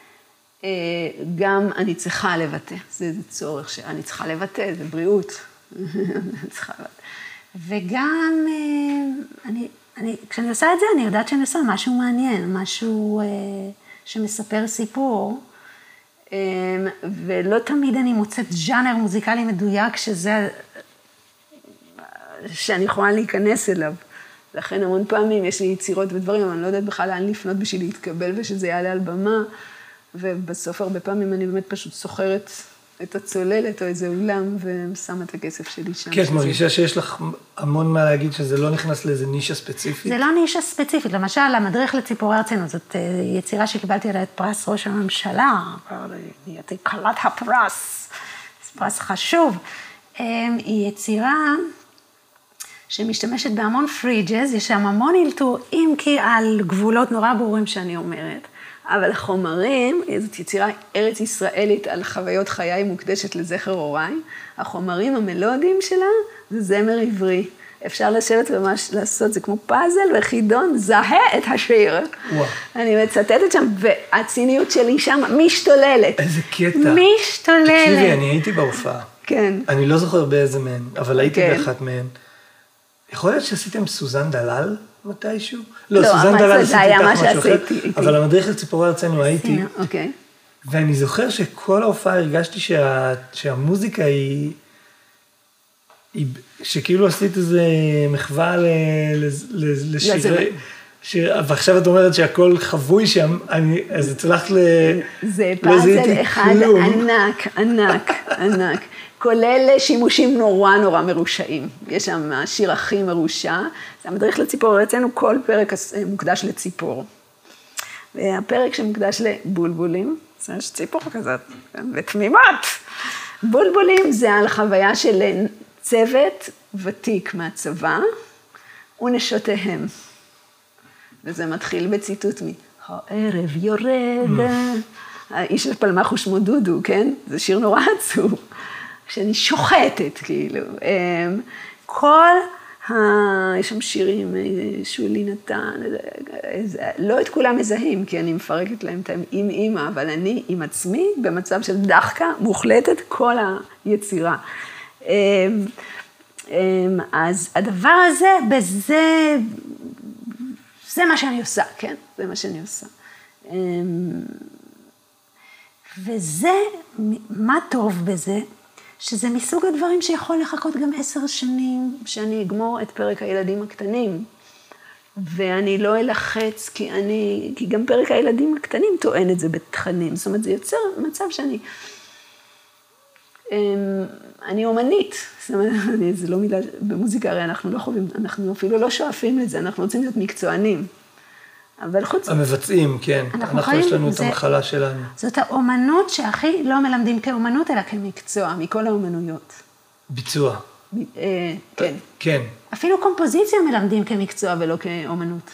גם אני צריכה לבטא, זה צורך שאני צריכה לבטא, זה בריאות. וגם, אני, אני, כשאני עושה את זה, אני יודעת שאני עושה משהו מעניין, משהו שמספר סיפור, ולא תמיד אני מוצאת ז'אנר מוזיקלי מדויק, שזה, שאני יכולה להיכנס אליו. לכן המון פעמים יש לי יצירות ודברים, אבל אני לא יודעת בכלל לאן לפנות בשביל להתקבל ושזה יעלה על במה, ובסוף הרבה פעמים אני באמת פשוט סוחרת את הצוללת או איזה אולם, ושמה את הכסף שלי שם. כן, את מרגישה שיש לך המון מה להגיד שזה לא נכנס לאיזה נישה ספציפית? זה לא נישה ספציפית. למשל, המדריך לציפורי ארצנו, זאת יצירה שקיבלתי עליה את פרס ראש הממשלה, הייתי קלת הפרס, זה פרס חשוב. היא יצירה שמשתמשת בהמון פרי ג'אז, יש שם המון אלתור, אם כי על גבולות נורא ברורים שאני אומרת, אבל החומרים, זאת יצירה ארץ ישראלית על חוויות חיי מוקדשת לזכר הוריי, החומרים המלודיים שלה זה זמר עברי. אפשר לשבת וממש לעשות, זה כמו פאזל וחידון, זהה את השיר. וואו. אני מצטטת שם, והציניות שלי שם משתוללת. איזה קטע. משתוללת. תקשיבי, אני הייתי בהופעה. כן. אני לא זוכר באיזה מהן, אבל הייתי כן. באחת מהן. יכול להיות שעשיתם סוזן דלל מתישהו? לא, לא סוזן דלל עשיתי איתך משהו אחר, אבל המדריך לציפורי ארצנו הייתי. אוקיי. ואני זוכר שכל ההופעה הרגשתי שה, שהמוזיקה היא, היא, שכאילו עשית איזה מחווה ל, ל, לשירי, ש, ועכשיו את אומרת שהכל חבוי שם, אני, אז הצלחת ל... זה פאזל אחד ענק, ענק, ענק. כולל שימושים נורא נורא מרושעים. יש שם השיר הכי מרושע, זה המדריך לציפור, אצלנו כל פרק מוקדש לציפור. והפרק שמוקדש לבולבולים, זה יש ציפור כזאת, ותמימות. בולבולים זה על חוויה של צוות ותיק מהצבא, ונשותיהם. וזה מתחיל בציטוט מ... הערב יורד, האיש של פלמח ושמו דודו, כן? זה שיר נורא עצוב. שאני שוחטת, כאילו. כל ה... יש שם שירים, שולי נתן, לא את כולם מזהים, כי אני מפרקת להם את עם אימא, אבל אני עם עצמי במצב של דחקה מוחלטת כל היצירה. אז הדבר הזה, בזה, זה מה שאני עושה, כן? זה מה שאני עושה. וזה, מה טוב בזה? שזה מסוג הדברים שיכול לחכות גם עשר שנים, שאני אגמור את פרק הילדים הקטנים, ואני לא אלחץ, כי אני, כי גם פרק הילדים הקטנים טוען את זה בתכנים, זאת אומרת, זה יוצר מצב שאני, אני אומנית, זאת אומרת, זה לא מילה, במוזיקה הרי אנחנו לא חווים, אנחנו אפילו לא שואפים לזה, אנחנו רוצים להיות מקצוענים, אבל חוץ... המבצעים, כן. אנחנו, אנחנו יש לנו זה, את המחלה שלנו. זאת האומנות שהכי לא מלמדים כאומנות, אלא כמקצוע, מכל האומנויות. ביצוע. ב, אה, כן. כן. אפילו קומפוזיציה מלמדים כמקצוע ולא כאומנות.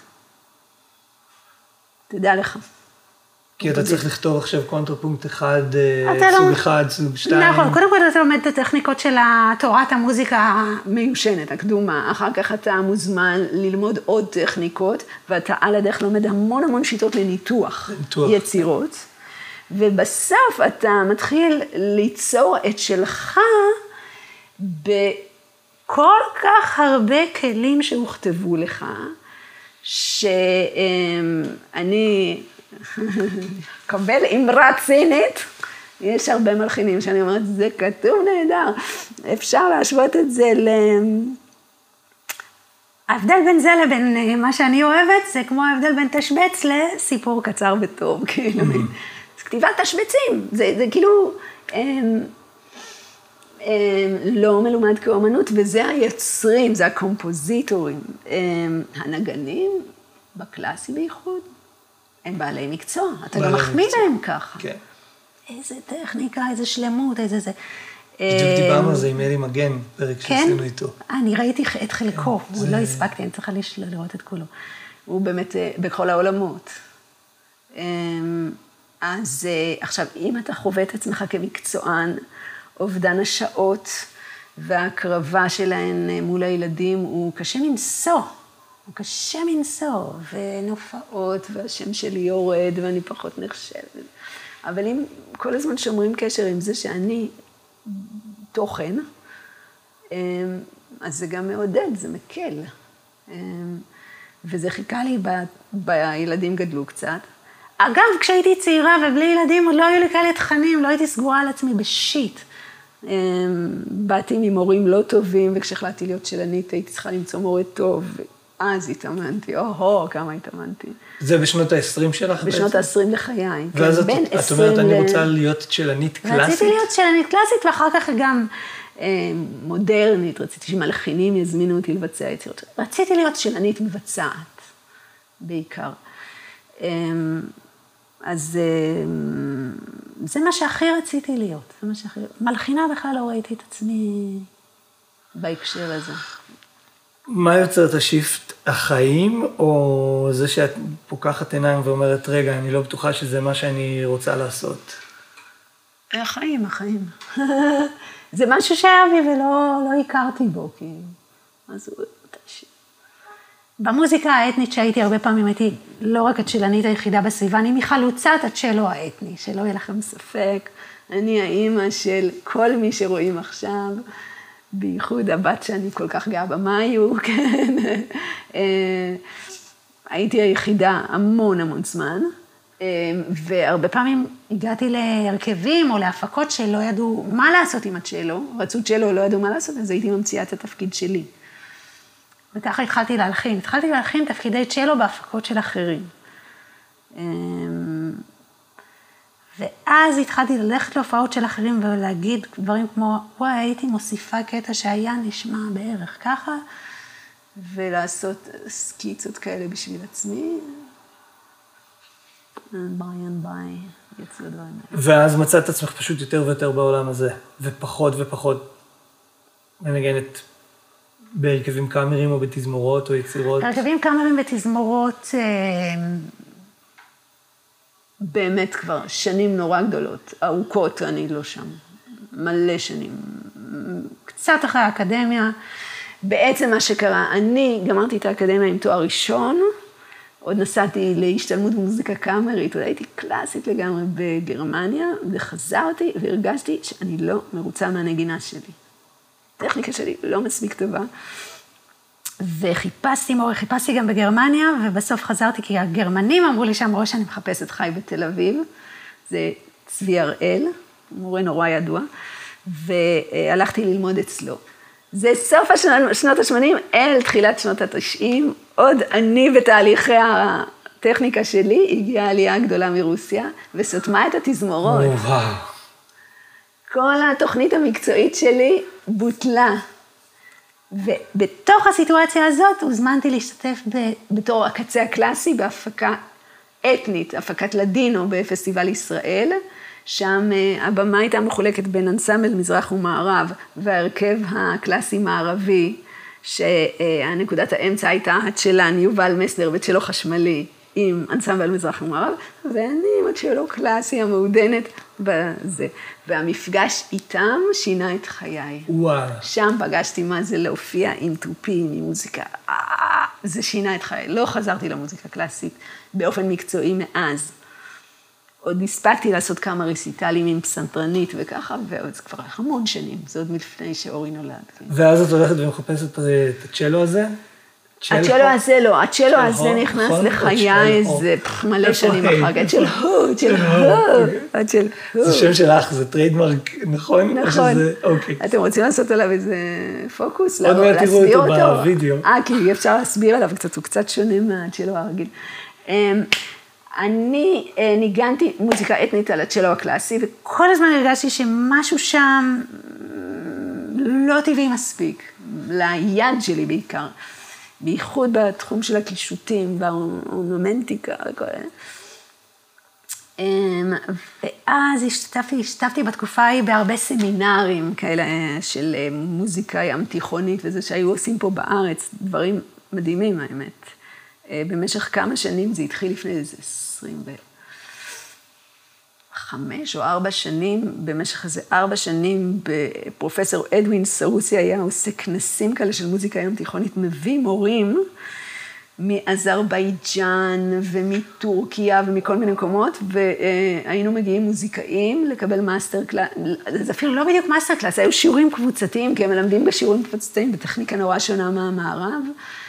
תדע לך. כי אתה צריך לכתוב עכשיו קונטרפונקט אחד, לא... סוג אחד, סוג שתיים. נכון, קודם כל אתה לומד את הטכניקות של תורת המוזיקה המיושנת, הקדומה, אחר כך אתה מוזמן ללמוד עוד טכניקות, ואתה על הדרך לומד המון המון שיטות לניתוח, ניתוח. יצירות, ובסוף אתה מתחיל ליצור את שלך בכל כך הרבה כלים שהוכתבו לך, שאני... קבל אמרה צינית, יש הרבה מלחינים שאני אומרת, זה כתוב נהדר, אפשר להשוות את זה ל... ההבדל בין זה לבין מה שאני אוהבת, זה כמו ההבדל בין תשבץ לסיפור קצר וטוב, כאילו, זה כתיבת תשבצים, זה, זה כאילו הם, הם, לא מלומד כאומנות, וזה היוצרים, זה הקומפוזיטורים, הם, הנגנים, בקלאסי בייחוד, הם בעלי מקצוע, אתה גם מחמיא להם ככה. כן. איזה טכניקה, איזה שלמות, איזה זה. בדיוק דיברנו על זה עם אלי מגן, פרק שעשינו איתו. אני ראיתי את חלקו, הוא לא הספקתי, אני צריכה לראות את כולו. הוא באמת בכל העולמות. אז עכשיו, אם אתה חווה את עצמך כמקצוען, אובדן השעות והקרבה שלהן מול הילדים, הוא קשה מנשוא. הוא קשה מנשוא, ונופעות, והשם שלי יורד, ואני פחות נחשבת. אבל אם כל הזמן שומרים קשר עם זה שאני תוכן, אז זה גם מעודד, זה מקל. וזה חיכה לי, ב... בילדים גדלו קצת. אגב, כשהייתי צעירה ובלי ילדים, עוד לא היו לי כאלה תכנים, לא הייתי סגורה על עצמי בשיט. באתי ממורים לא טובים, וכשהחלטתי להיות שלנית, הייתי צריכה למצוא מורה טוב, אז התאמנתי, או-הו, כמה התאמנתי. זה בשנות ה-עשרים שלך? בשנות ה-עשרים לחיי. ואז את אומרת, אני רוצה להיות שלנית קלאסית? רציתי להיות שלנית קלאסית, ואחר כך גם מודרנית, רציתי שמלחינים יזמינו אותי לבצע יצירות. רציתי להיות שלנית מבצעת, בעיקר. אז זה מה שהכי רציתי להיות. מלחינה בכלל לא ראיתי את עצמי בהקשר הזה. מה יוצר את השיפט, החיים, או זה שאת פוקחת עיניים ואומרת, רגע, אני לא בטוחה שזה מה שאני רוצה לעשות? החיים, החיים. זה משהו שהיה בי ולא לא הכרתי בו, כי... אז הוא... במוזיקה האתנית שהייתי הרבה פעמים, הייתי לא רק הצ'לנית היחידה בסביבה, אני מחלוצת הצ'לו האתני, שלא יהיה לכם ספק. אני האימא של כל מי שרואים עכשיו, בייחוד הבת שאני כל כך גאה במיו, כן. הייתי היחידה המון המון זמן, והרבה פעמים הגעתי להרכבים או להפקות שלא ידעו מה לעשות עם הצ'לו, רצו צ'לו, לא ידעו מה לעשות, אז הייתי ממציאה את התפקיד שלי. וככה התחלתי להלחין, התחלתי להלחין תפקידי צ'לו בהפקות של אחרים. ואז התחלתי ללכת להופעות של אחרים ולהגיד דברים כמו, וואי, הייתי מוסיפה קטע שהיה נשמע בערך ככה, ולעשות סקיצות כאלה בשביל עצמי. ביי אנד ביי, יצאו דברים. ואז מצאת את עצמך פשוט יותר ויותר בעולם הזה, ופחות ופחות מנגנת בהרכבים קאמריים או בתזמורות או יצירות. הרכבים קאמריים בתזמורות, באמת כבר שנים נורא גדולות, ארוכות, אני לא שם, מלא שנים, קצת אחרי האקדמיה. בעצם מה שקרה, אני גמרתי את האקדמיה עם תואר ראשון, עוד נסעתי להשתלמות במוזיקה קאמרית, עוד הייתי קלאסית לגמרי בגרמניה, וחזרתי והרגשתי שאני לא מרוצה מהנגינה שלי. הטכניקה שלי לא מספיק טובה, וחיפשתי מורה, חיפשתי גם בגרמניה, ובסוף חזרתי, כי הגרמנים אמרו לי שם, ראש אני מחפשת חי בתל אביב, זה צבי הראל, מורה נורא ידוע, והלכתי ללמוד אצלו. זה סוף שנות ה-שמונים, אל תחילת שנות ה-תשעים, עוד אני בתהליכי הטכניקה שלי, הגיעה עלייה גדולה מרוסיה, וסותמה את התזמורות. כל התוכנית המקצועית שלי בוטלה. ובתוך הסיטואציה הזאת הוזמנתי להשתתף בתור הקצה הקלאסי בהפקה אתנית, הפקת לדינו בפסטיבל ישראל, שם הבמה הייתה מחולקת בין אנסמבל מזרח ומערב, והרכב הקלאסי מערבי, שהנקודת האמצע הייתה הצ'לן יובל מסלר וצ'לו חשמלי, עם אנסמבל מזרח ומערב, ואני עם הצ'לו קלאסי המעודנת בזה. והמפגש איתם שינה את חיי. וואו. שם פגשתי מה זה להופיע עם טופים, עם מוזיקה. זה שינה את חיי. לא חזרתי למוזיקה קלאסית באופן מקצועי מאז. עוד הספקתי לעשות כמה רסיטלים עם פסנתרנית וככה, וזה כבר המון שנים. זה עוד מלפני שאורי נולד. ואז את הולכת ומחפשת את הצ'לו הזה? הצ'לו הזה לא, הצ'לו הזה נכנס לחיי איזה מלא שנים אחר כך, הצ'לו, הצ'לו. זה שם שלך, זה טריידמרק, נכון? נכון. אתם רוצים לעשות עליו איזה פוקוס? עוד מעט תראו אותו בווידאו. אה, כי אפשר להסביר עליו קצת, הוא קצת שונה מהצ'לו הרגיל. אני ניגנתי מוזיקה אתנית על הצ'לו הקלאסי, וכל הזמן הרגשתי שמשהו שם לא טבעי מספיק, ליד שלי בעיקר. בייחוד בתחום של הקישוטים והאורנמנטיקה וכל זה. ואז השתתפתי, השתתפתי בתקופה ההיא בהרבה סמינרים כאלה של מוזיקה ים תיכונית, וזה שהיו עושים פה בארץ, דברים מדהימים האמת. במשך כמה שנים, זה התחיל לפני איזה עשרים וחמש או ארבע שנים, במשך איזה ארבע שנים, פרופסור אדווין סרוסי היה עושה כנסים כאלה של מוזיקה ים תיכונית, מביא מורים מאזרבייג'אן ומטורקיה ומכל מיני מקומות, והיינו מגיעים מוזיקאים לקבל מאסטר קלאס, זה אפילו לא בדיוק מאסטר קלאס, היו שיעורים קבוצתיים, כי הם מלמדים בשיעורים קבוצתיים בטכניקה נורא שונה מהמערב,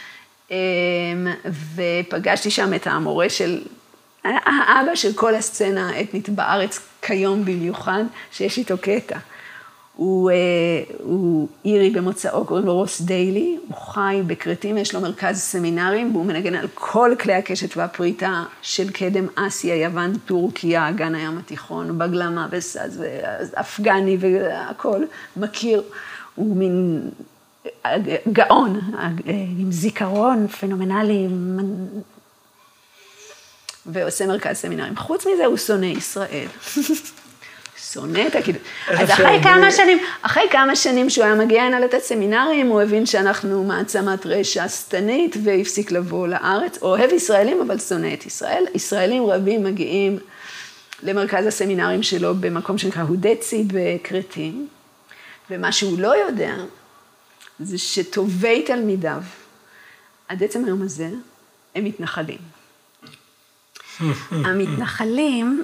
ופגשתי שם את המורה של, האבא של כל הסצנה האתנית בארץ כיום במיוחד, שיש איתו קטע. הוא, הוא אירי במוצאו, קוראים לו רוס דיילי, הוא חי בקרטים, יש לו מרכז סמינרים, והוא מנגן על כל כלי הקשת והפריטה של קדם אסיה, יוון, טורקיה, אגן הים התיכון, בגלמה וסאז, אפגני והכל, מכיר, הוא מין גאון, עם זיכרון פנומנלי, ועושה מרכז סמינרים. חוץ מזה, הוא שונא ישראל. שונא את הקידום. אז אחרי כמה שנים, אחרי כמה שנים שהוא היה מגיע הנה לתת סמינרים, הוא הבין שאנחנו מעצמת רשע שטנית, והפסיק לבוא לארץ. אוהב ישראלים, אבל שונא את ישראל. ישראלים רבים מגיעים למרכז הסמינרים שלו במקום שנקרא הודצי בקרטים, ומה שהוא לא יודע, זה שטובי תלמידיו, עד עצם היום הזה, הם מתנחלים. המתנחלים,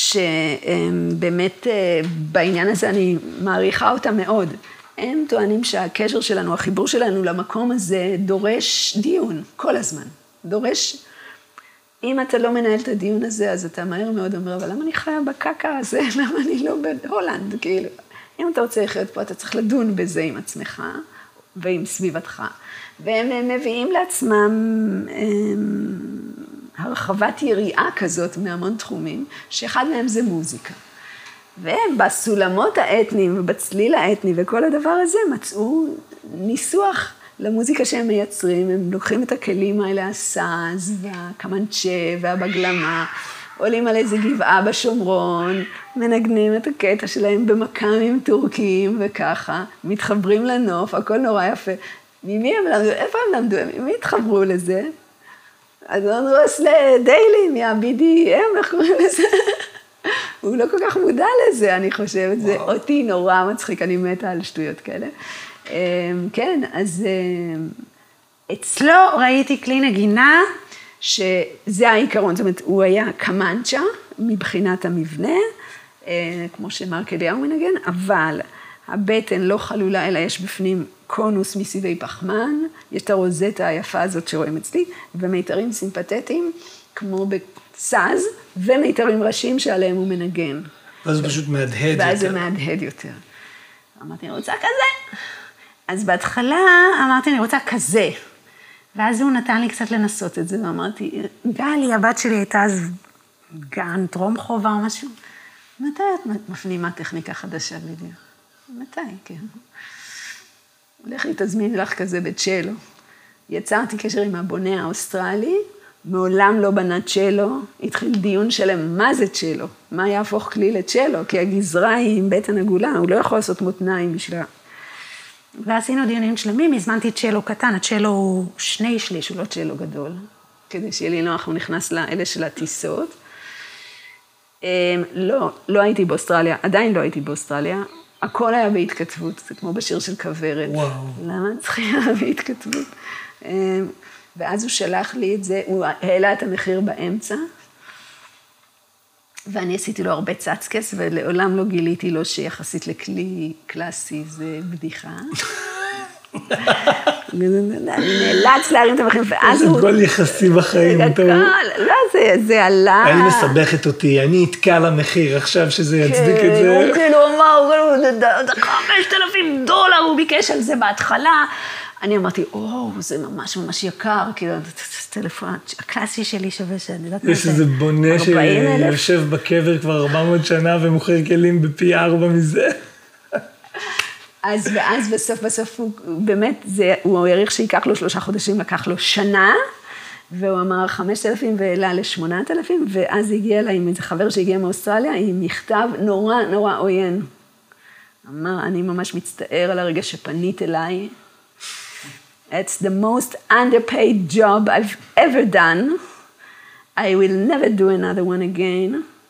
שבאמת בעניין הזה אני מעריכה אותם מאוד, הם טוענים שהקשר שלנו, החיבור שלנו למקום הזה, דורש דיון, כל הזמן. דורש, אם אתה לא מנהל את הדיון הזה, אז אתה מהר מאוד אומר, אבל למה אני חיה בקקה הזה? למה אני לא בהולנד? כאילו, אם אתה רוצה לחיות פה, אתה צריך לדון בזה עם עצמך ועם סביבתך. והם מביאים לעצמם הרחבת יריעה כזאת מהמון תחומים, שאחד מהם זה מוזיקה. ובסולמות האתניים ובצליל האתני וכל הדבר הזה מצאו ניסוח למוזיקה שהם מייצרים. הם לוקחים את הכלים האלה, הסאז והקמנצ'ה והבגלמה, עולים על איזה גבעה בשומרון, מנגנים את הקטע שלהם במקאמים טורקיים וככה, מתחברים לנוף, הכל נורא יפה. ממי הם למדו? איפה הם למדו? מי התחברו לזה? אז אמרו, דיילי, מה-בי די אם, איך קוראים לזה? הוא לא כל כך מודע לזה, אני חושבת. זה אותי נורא מצחיק, אני מתה על שטויות כאלה. כן, אז אצלו ראיתי כלי נגינה, שזה העיקרון, זאת אומרת, הוא היה קמנצ'ה מבחינת המבנה, כמו שמרק אליהו מנגן, אבל הבטן לא חלולה, אלא יש בפנים קונוס מסיבי פחמן, יש את הרוזטה היפה הזאת שרואים אצלי, ומיתרים סימפתטיים, כמו בסאז, ומיתרים ראשים שעליהם הוא מנגן. ואז זה פשוט מהדהד יותר. ואז זה מהדהד יותר. אמרתי, אני רוצה כזה. אז בהתחלה אמרתי, אני רוצה כזה. ואז הוא נתן לי קצת לנסות את זה, ואמרתי, גלי, הבת שלי הייתה אז גן, טרום חובה או משהו. מתי את מפנימה טכניקה חדשה בדיוק? מתי, כן. לכי תזמיני לך כזה בצ'לו. יצרתי קשר עם הבונה האוסטרלי, מעולם לא בנה צ'לו, התחיל דיון שלם, מה זה צ'לו? מה יהפוך כלי לצ'לו? כי הגזרה היא עם בטן עגולה, הוא לא יכול לעשות מותניים בשבילה. ועשינו דיונים שלמים, הזמנתי צ'לו קטן, הצ'לו הוא שני שליש, הוא לא צ'לו גדול, כדי שיהיה לי נוח, הוא נכנס לאלה של הטיסות. לא, לא הייתי באוסטרליה, עדיין לא הייתי באוסטרליה, הכל היה בהתכתבות, זה כמו בשיר של כוורת. וואו. למה צריכים היה בהתכתבות? ואז הוא שלח לי את זה, הוא העלה את המחיר באמצע, ואני עשיתי לו הרבה צצקס, ולעולם לא גיליתי לו שיחסית לכלי קלאסי זה בדיחה. אני נאלץ להרים את המחיר, ואז הוא... זה כל יחסי בחיים. לא, זה עלה... אני מסבכת אותי, אני אתקע למחיר עכשיו שזה יצדיק את זה. הוא כאילו אמר, זה חמשת אלפים דולר, הוא ביקש על זה בהתחלה. אני אמרתי, או, זה ממש ממש יקר, כאילו, הטלפון הקלאסי שלי שווה שאני יודעת מה זה. יש איזה בונה שיושב בקבר כבר ארבע מאות שנה ומוכר כלים בפי ארבע מזה. אז ואז בסוף בסוף הוא באמת, זה, הוא העריך שיקח לו שלושה חודשים, לקח לו שנה, והוא אמר חמשת אלפים והעלה לשמונת אלפים, ואז הגיע לה עם איזה חבר שהגיע מאוסטרליה, עם מכתב נורא נורא עוין. אמר, אני ממש מצטער על הרגע שפנית אליי, It's the most underpaid job I've ever done. I will never do another one again.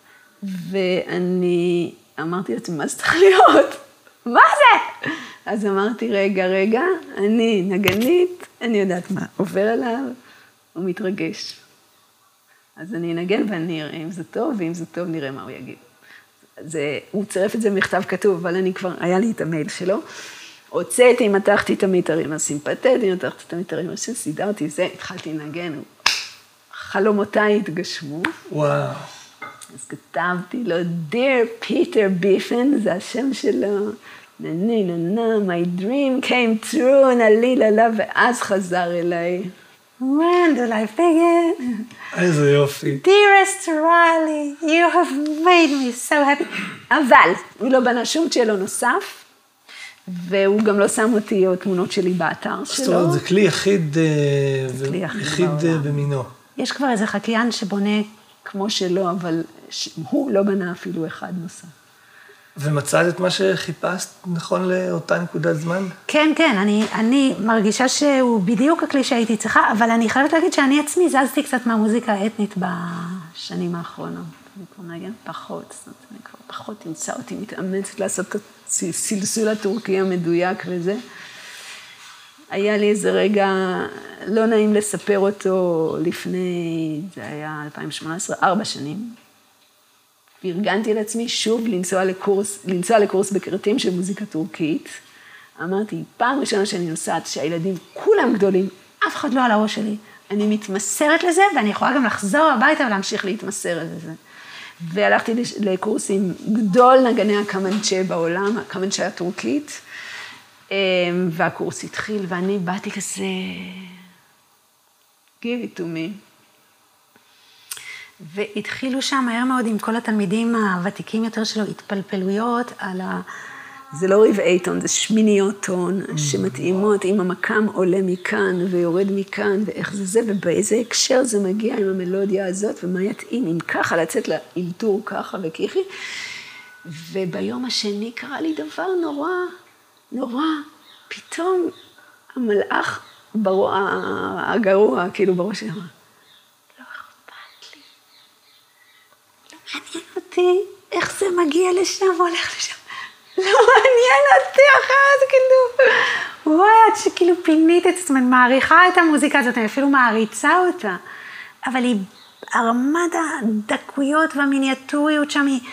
ואני אמרתי לו, מה זה צריך להיות? מה זה? אז אמרתי, רגע, רגע, אני נגנית, אני יודעת מה, עובר עליו, הוא מתרגש. אז אני אנגן ואני אראה אם זה טוב, ואם זה טוב נראה מה הוא יגיד. זה, הוא צירף את זה במכתב כתוב, אבל אני כבר, היה לי את המייל שלו. הוצאתי, מתחתי את המיתרים הסימפתטיים, מתחתי את המיתרים שסידרתי, זה, התחלתי לנגן, חלומותיי התגשמו. וואו. אז כתבתי לו, Dear Peter Biffen, זה השם שלו, נני ננה, my dream came true, נלי ללה, ואז חזר אליי. When did I begin? איזה יופי. Dearest Riley, you have made me so happy. אבל, הוא לא בנה שום צ'לו נוסף, והוא גם לא שם אותי או תמונות שלי באתר שלו. זאת אומרת, זה כלי יחיד, יחיד במינו. יש כבר איזה חקיין שבונה כמו שלו, אבל הוא לא בנה אפילו אחד נוסף. ומצאת את מה שחיפשת נכון לאותה נקודת זמן? כן, כן, אני, אני מרגישה שהוא בדיוק הכלי שהייתי צריכה, אבל אני חייבת להגיד שאני עצמי זזתי קצת מהמוזיקה האתנית בשנים האחרונות. אני כבר נגן פחות, זאת אומרת, אני כבר פחות תמצא אותי מתאמצת לעשות סלסול הטורקי המדויק וזה. היה לי איזה רגע, לא נעים לספר אותו לפני, זה היה אלפיים שמונה עשרה, ארבע שנים. וארגנתי לעצמי שוב לנסוע לקורס, לנסוע לקורס בקרטים של מוזיקה טורקית. אמרתי, פעם ראשונה שאני נוסעת, שהילדים כולם גדולים, אף אחד לא על הראש שלי. אני מתמסרת לזה, ואני יכולה גם לחזור הביתה ולהמשיך להתמסר לזה. והלכתי לקורס עם גדול נגני הקמנצ'ה בעולם, הקמנצ'ה הטורקית, והקורס התחיל, ואני באתי כזה, give it to me. והתחילו שם מהר מאוד עם כל התלמידים הוותיקים יותר שלו, התפלפלויות על ה... זה לא רבעי טון, זה שמיניות טון, שמתאימות, אם המקם עולה מכאן ויורד מכאן, ואיך זה זה, ובאיזה הקשר זה מגיע עם המלודיה הזאת, ומה יתאים, אם ככה, לצאת לאלתור ככה וכיחי. וביום השני קרה לי דבר נורא, נורא, פתאום המלאך ברוע, הגרוע, כאילו בראש שלנו, לא אכפת לי, לא מעניין אותי, איך זה מגיע לשם והולך לשם. לא מעניין אותי אחרת, כאילו, וואי, עד שכאילו פינית את עצמי, מעריכה את המוזיקה הזאת, אני אפילו מעריצה אותה, אבל היא, הרמת הדקויות והמיניאטוריות שם היא,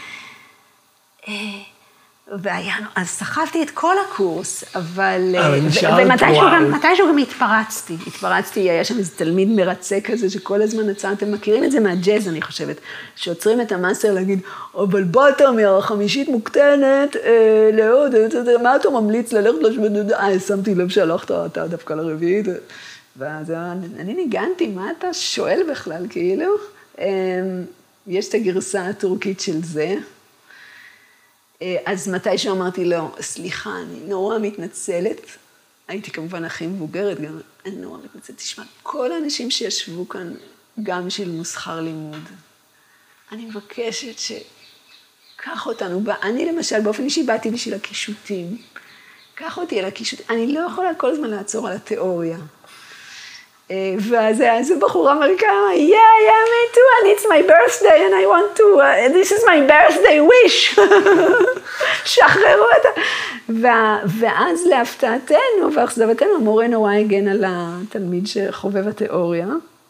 והיה, אז סחבתי את כל הקורס, אבל, ומתישהו גם התפרצתי, התפרצתי, היה שם איזה תלמיד מרצה כזה, שכל הזמן נצא, אתם מכירים את זה מהג'אז, אני חושבת, שעוצרים את המאסטר להגיד, אבל באת מהחמישית מוקטנת, לעוד, מה אתה ממליץ ללכת לשמד, אה, שמתי לב שהלכת, אתה דווקא לרביעית, ואז אני ניגנתי, מה אתה שואל בכלל, כאילו? יש את הגרסה הטורקית של זה, אז מתי שאמרתי לו, סליחה, אני נורא מתנצלת, הייתי כמובן הכי מבוגרת, גם אני נורא מתנצלת, תשמע, כל האנשים שישבו כאן גם שילמו שכר לימוד. אני מבקשת שקח אותנו, אני למשל באופן אישי באתי בשביל הקישוטים, קח אותי על הקישוטים, אני לא יכולה כל הזמן לעצור על התיאוריה. ואז איזה בחור אמריקאי, yeah, yeah, me too, and it's my birthday, and I want to, uh, this is my birthday wish. שחררו אותה. ואז להפתעתנו, ואכזבתנו, המורה נורא הגן על התלמיד שחובב התיאוריה,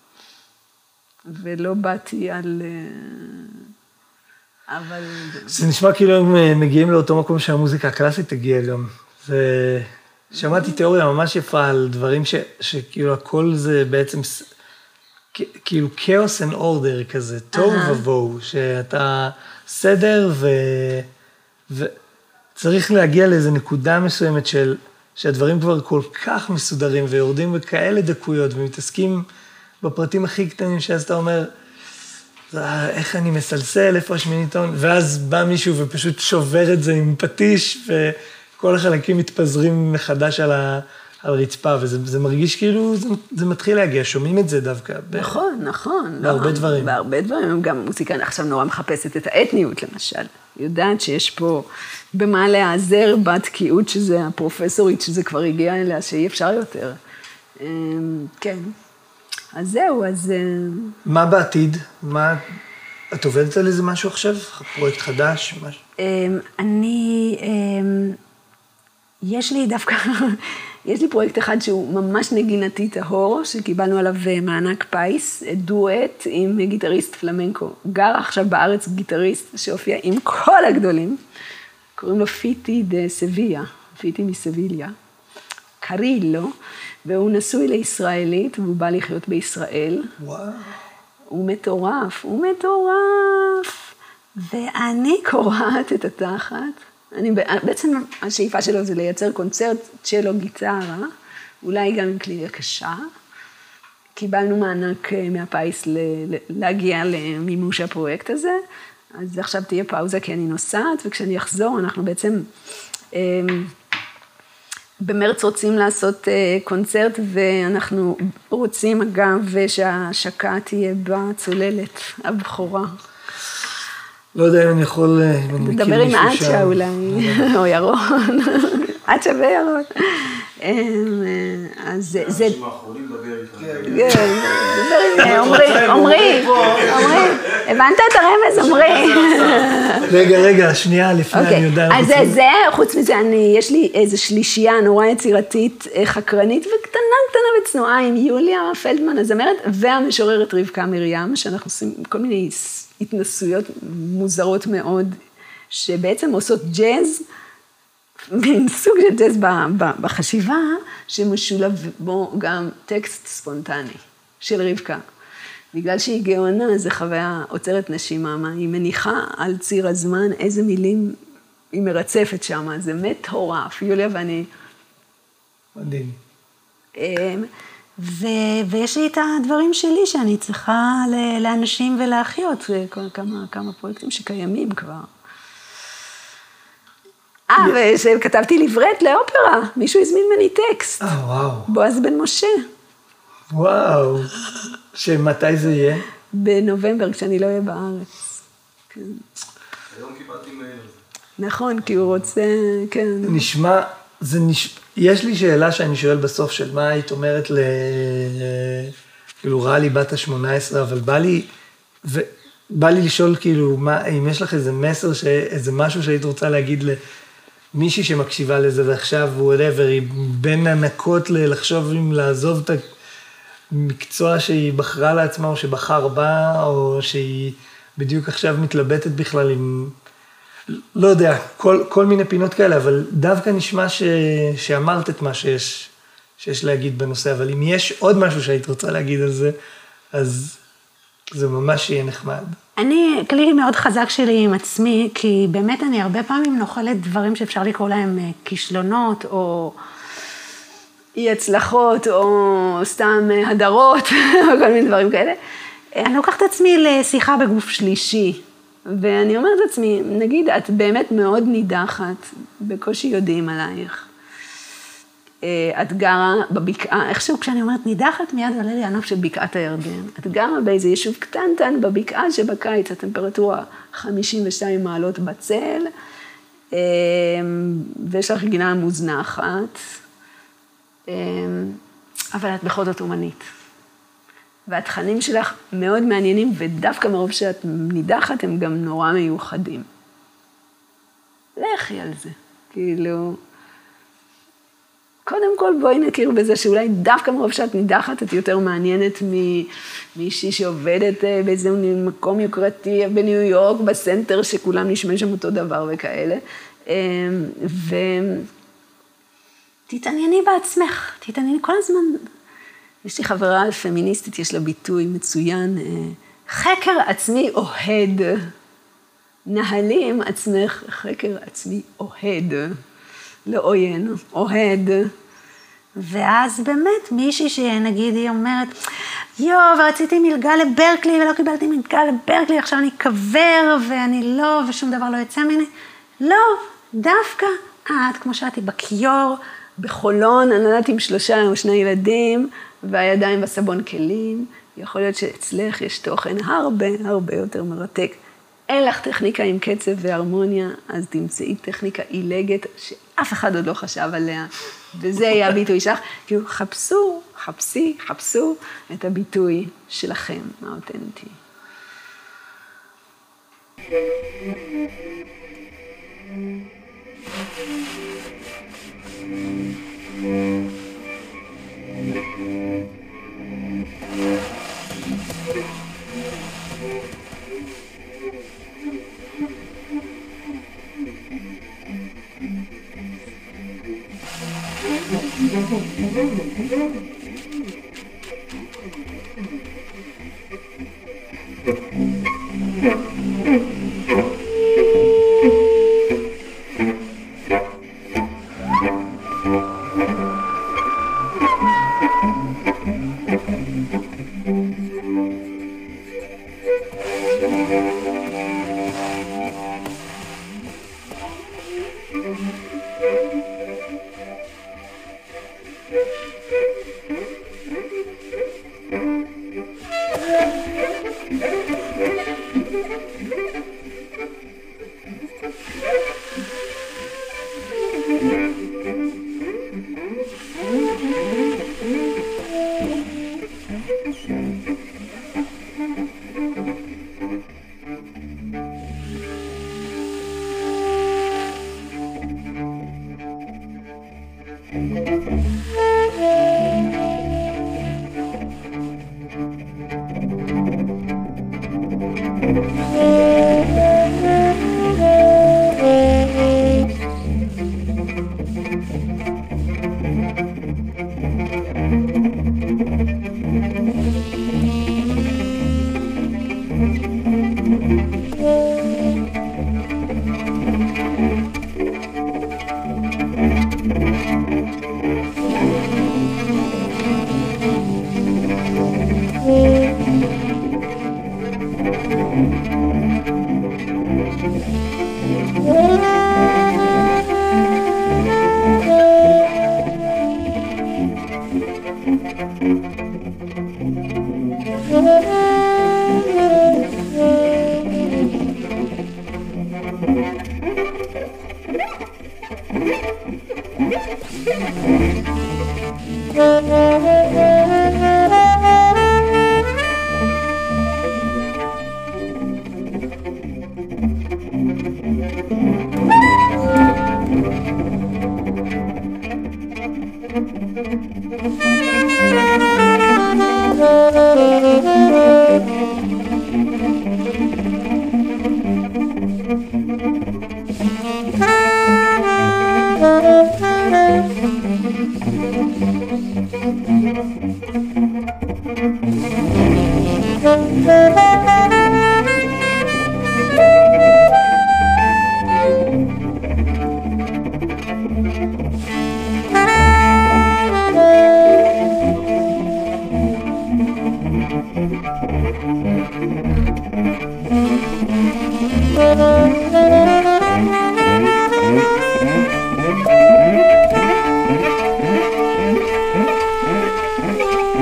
ולא באתי על... אבל... זה נשמע כאילו הם מגיעים לאותו מקום שהמוזיקה הקלאסית תגיע גם. זה... שמעתי תיאוריה ממש יפה על דברים ש, שכאילו הכל זה בעצם, כאילו chaos and order כזה, טוב ובואו, שאתה סדר ו, וצריך להגיע לאיזו נקודה מסוימת של, שהדברים כבר כל כך מסודרים ויורדים בכאלה דקויות ומתעסקים בפרטים הכי קטנים, שאז אתה אומר, איך אני מסלסל, איפה השמיניתון, ואז בא מישהו ופשוט שובר את זה עם פטיש ו... כל החלקים מתפזרים מחדש על, ה, על רצפה, וזה זה מרגיש כאילו, זה, זה מתחיל להגיע, שומעים את זה דווקא. נכון, ב, נכון. בהרבה לא, דברים. בהרבה דברים, גם מוזיקה עכשיו נורא מחפשת את האתניות, למשל. יודעת שיש פה במה להיעזר בתקיעות שזה הפרופסורית, שזה כבר הגיע אליה, שאי אפשר יותר. כן. אז זהו, אז... מה בעתיד? מה... את עובדת על איזה משהו עכשיו? פרויקט חדש? משהו? אני... יש לי דווקא, יש לי פרויקט אחד שהוא ממש נגינתי טהור, שקיבלנו עליו מענק פייס, דואט עם גיטריסט פלמנקו. גר עכשיו בארץ גיטריסט שהופיע עם כל הגדולים, קוראים לו פיטי דה סביה, פיטי מסביליה, קרילו, והוא נשוי לישראלית, והוא בא לחיות בישראל. וואו. הוא מטורף, הוא מטורף. ואני קוראת את התחת, אני, בעצם השאיפה שלו זה לייצר קונצרט צ'לו גיטרה, אולי גם עם כלי הקשה. קיבלנו מענק מהפייס להגיע למימוש הפרויקט הזה, אז עכשיו תהיה פאוזה כי אני נוסעת, וכשאני אחזור אנחנו בעצם במרץ רוצים לעשות קונצרט, ואנחנו רוצים אגב שההשקה תהיה בצוללת הבכורה. לא יודע אם אני יכול, אם אני מכיר דבר עם מישהו שם. אצ'ה אולי, או ירון, אצ'ה וירון. אז זה... האנשים האחרונים דבר איתנו. דבר עם עומרי, עומרי, עומרי, הבנת את הרמז, עומרי. רגע, רגע, שנייה, לפני אני יודע. אז זה, חוץ מזה, יש לי איזו שלישייה נורא יצירתית, חקרנית וקטנה, קטנה וצנועה עם יוליה פלדמן, הזמרת, והמשוררת רבקה מרים, שאנחנו עושים כל מיני התנסויות מוזרות מאוד, שבעצם עושות ג'אז, מין סוג של ג'אז בחשיבה, שמשולב בו גם טקסט ספונטני של רבקה. בגלל שהיא גאונה, זה חוויה עוצרת נשימה, מה היא מניחה על ציר הזמן, איזה מילים היא מרצפת שם, זה מטורף, יוליה ואני. מדהים. ו- ויש לי את הדברים שלי שאני צריכה לאנשים ולהחיות, כמה, כמה פרויקטים שקיימים כבר. אה, וכתבתי ליברט לאופרה, מישהו הזמין ממני טקסט. אה, וואו. בועז בן משה. וואו. שמתי זה יהיה? בנובמבר, כשאני לא אהיה בארץ. כן. היום קיבלתי מייל על זה. נכון, כי הוא רוצה, כן. נשמע, זה נשמע, יש לי שאלה שאני שואל בסוף של מה היית אומרת ל... כאילו, ראה לי בת ה-שמונה עשרה, אבל בא לי, ובא לי לשאול כאילו, מה, אם יש לך איזה מסר, ש... איזה משהו שהיית רוצה להגיד למישהי שמקשיבה לזה, ועכשיו הוא whatever, היא בין הנקות לחשוב אם לעזוב את המקצוע שהיא בחרה לעצמה, או שבחר בה, או שהיא בדיוק עכשיו מתלבטת בכלל עם... לא יודע, כל, כל מיני פינות כאלה, אבל דווקא נשמע ש, שאמרת את מה שיש, שיש להגיד בנושא, אבל אם יש עוד משהו שהיית רוצה להגיד על זה, אז זה ממש יהיה נחמד. אני, כלי מאוד חזק שלי עם עצמי, כי באמת אני הרבה פעמים נוחלת דברים שאפשר לקרוא להם כישלונות, או אי הצלחות, או סתם הדרות, או כל מיני דברים כאלה. אני לוקחת את עצמי לשיחה בגוף שלישי, ואני אומרת לעצמי, נגיד, את באמת מאוד נידחת, בקושי יודעים עלייך. את גרה בבקעה, איכשהו כשאני אומרת נידחת, מיד עולה לי הנוף של בקעת הירדן. את גרה באיזה יישוב קטנטן בבקעה שבקיץ הטמפרטורה חמישים ושתיים מעלות בצל, ויש לך גינה מוזנחת, אבל את בכל זאת אומנית. והתכנים שלך מאוד מעניינים, ודווקא מרוב שאת נידחת, הם גם נורא מיוחדים. לכי על זה, כאילו... קודם כל בואי נכיר בזה שאולי דווקא מרוב שאת נידחת, את יותר מעניינת ממישהי שעובדת באיזה מקום יוקרתי בניו יורק, בסנטר שכולם נשמעים שם אותו דבר וכאלה. ותתענייני בעצמך, תתענייני כל הזמן. יש לי חברה פמיניסטית, יש לה ביטוי מצוין, חקר עצמי אוהד. נהלי עם עצמך חקר עצמי אוהד. לא עוין, אוהד. ואז באמת מישהי שנגיד היא אומרת, יו, ורציתי מלגה לברקלי ולא קיבלתי מלגה לברקלי, עכשיו אני קבר ואני לא, ושום דבר לא יצא ממני. לא, דווקא את, כמו שאתי בכיור, בחולון, אני יודעת עם שלושה או שני ילדים, והידיים בסבון כלים, יכול להיות שאצלך יש תוכן הרבה הרבה יותר מרתק. אין לך טכניקה עם קצב והרמוניה, אז תמצאי טכניקה עילגת שאף אחד עוד לא חשב עליה, וזה יהיה הביטוי שלך. כאילו, חפשו, חפשי, חפשו את הביטוי שלכם, האותנטי.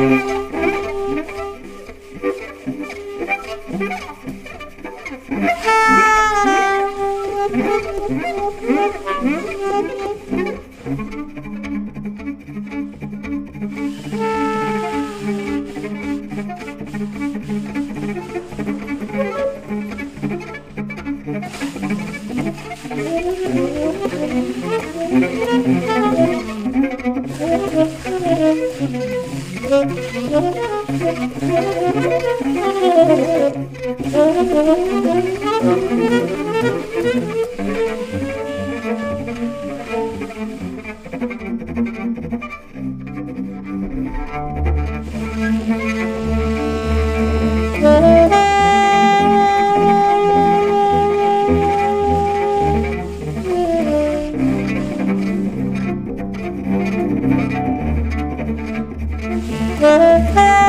Thank you.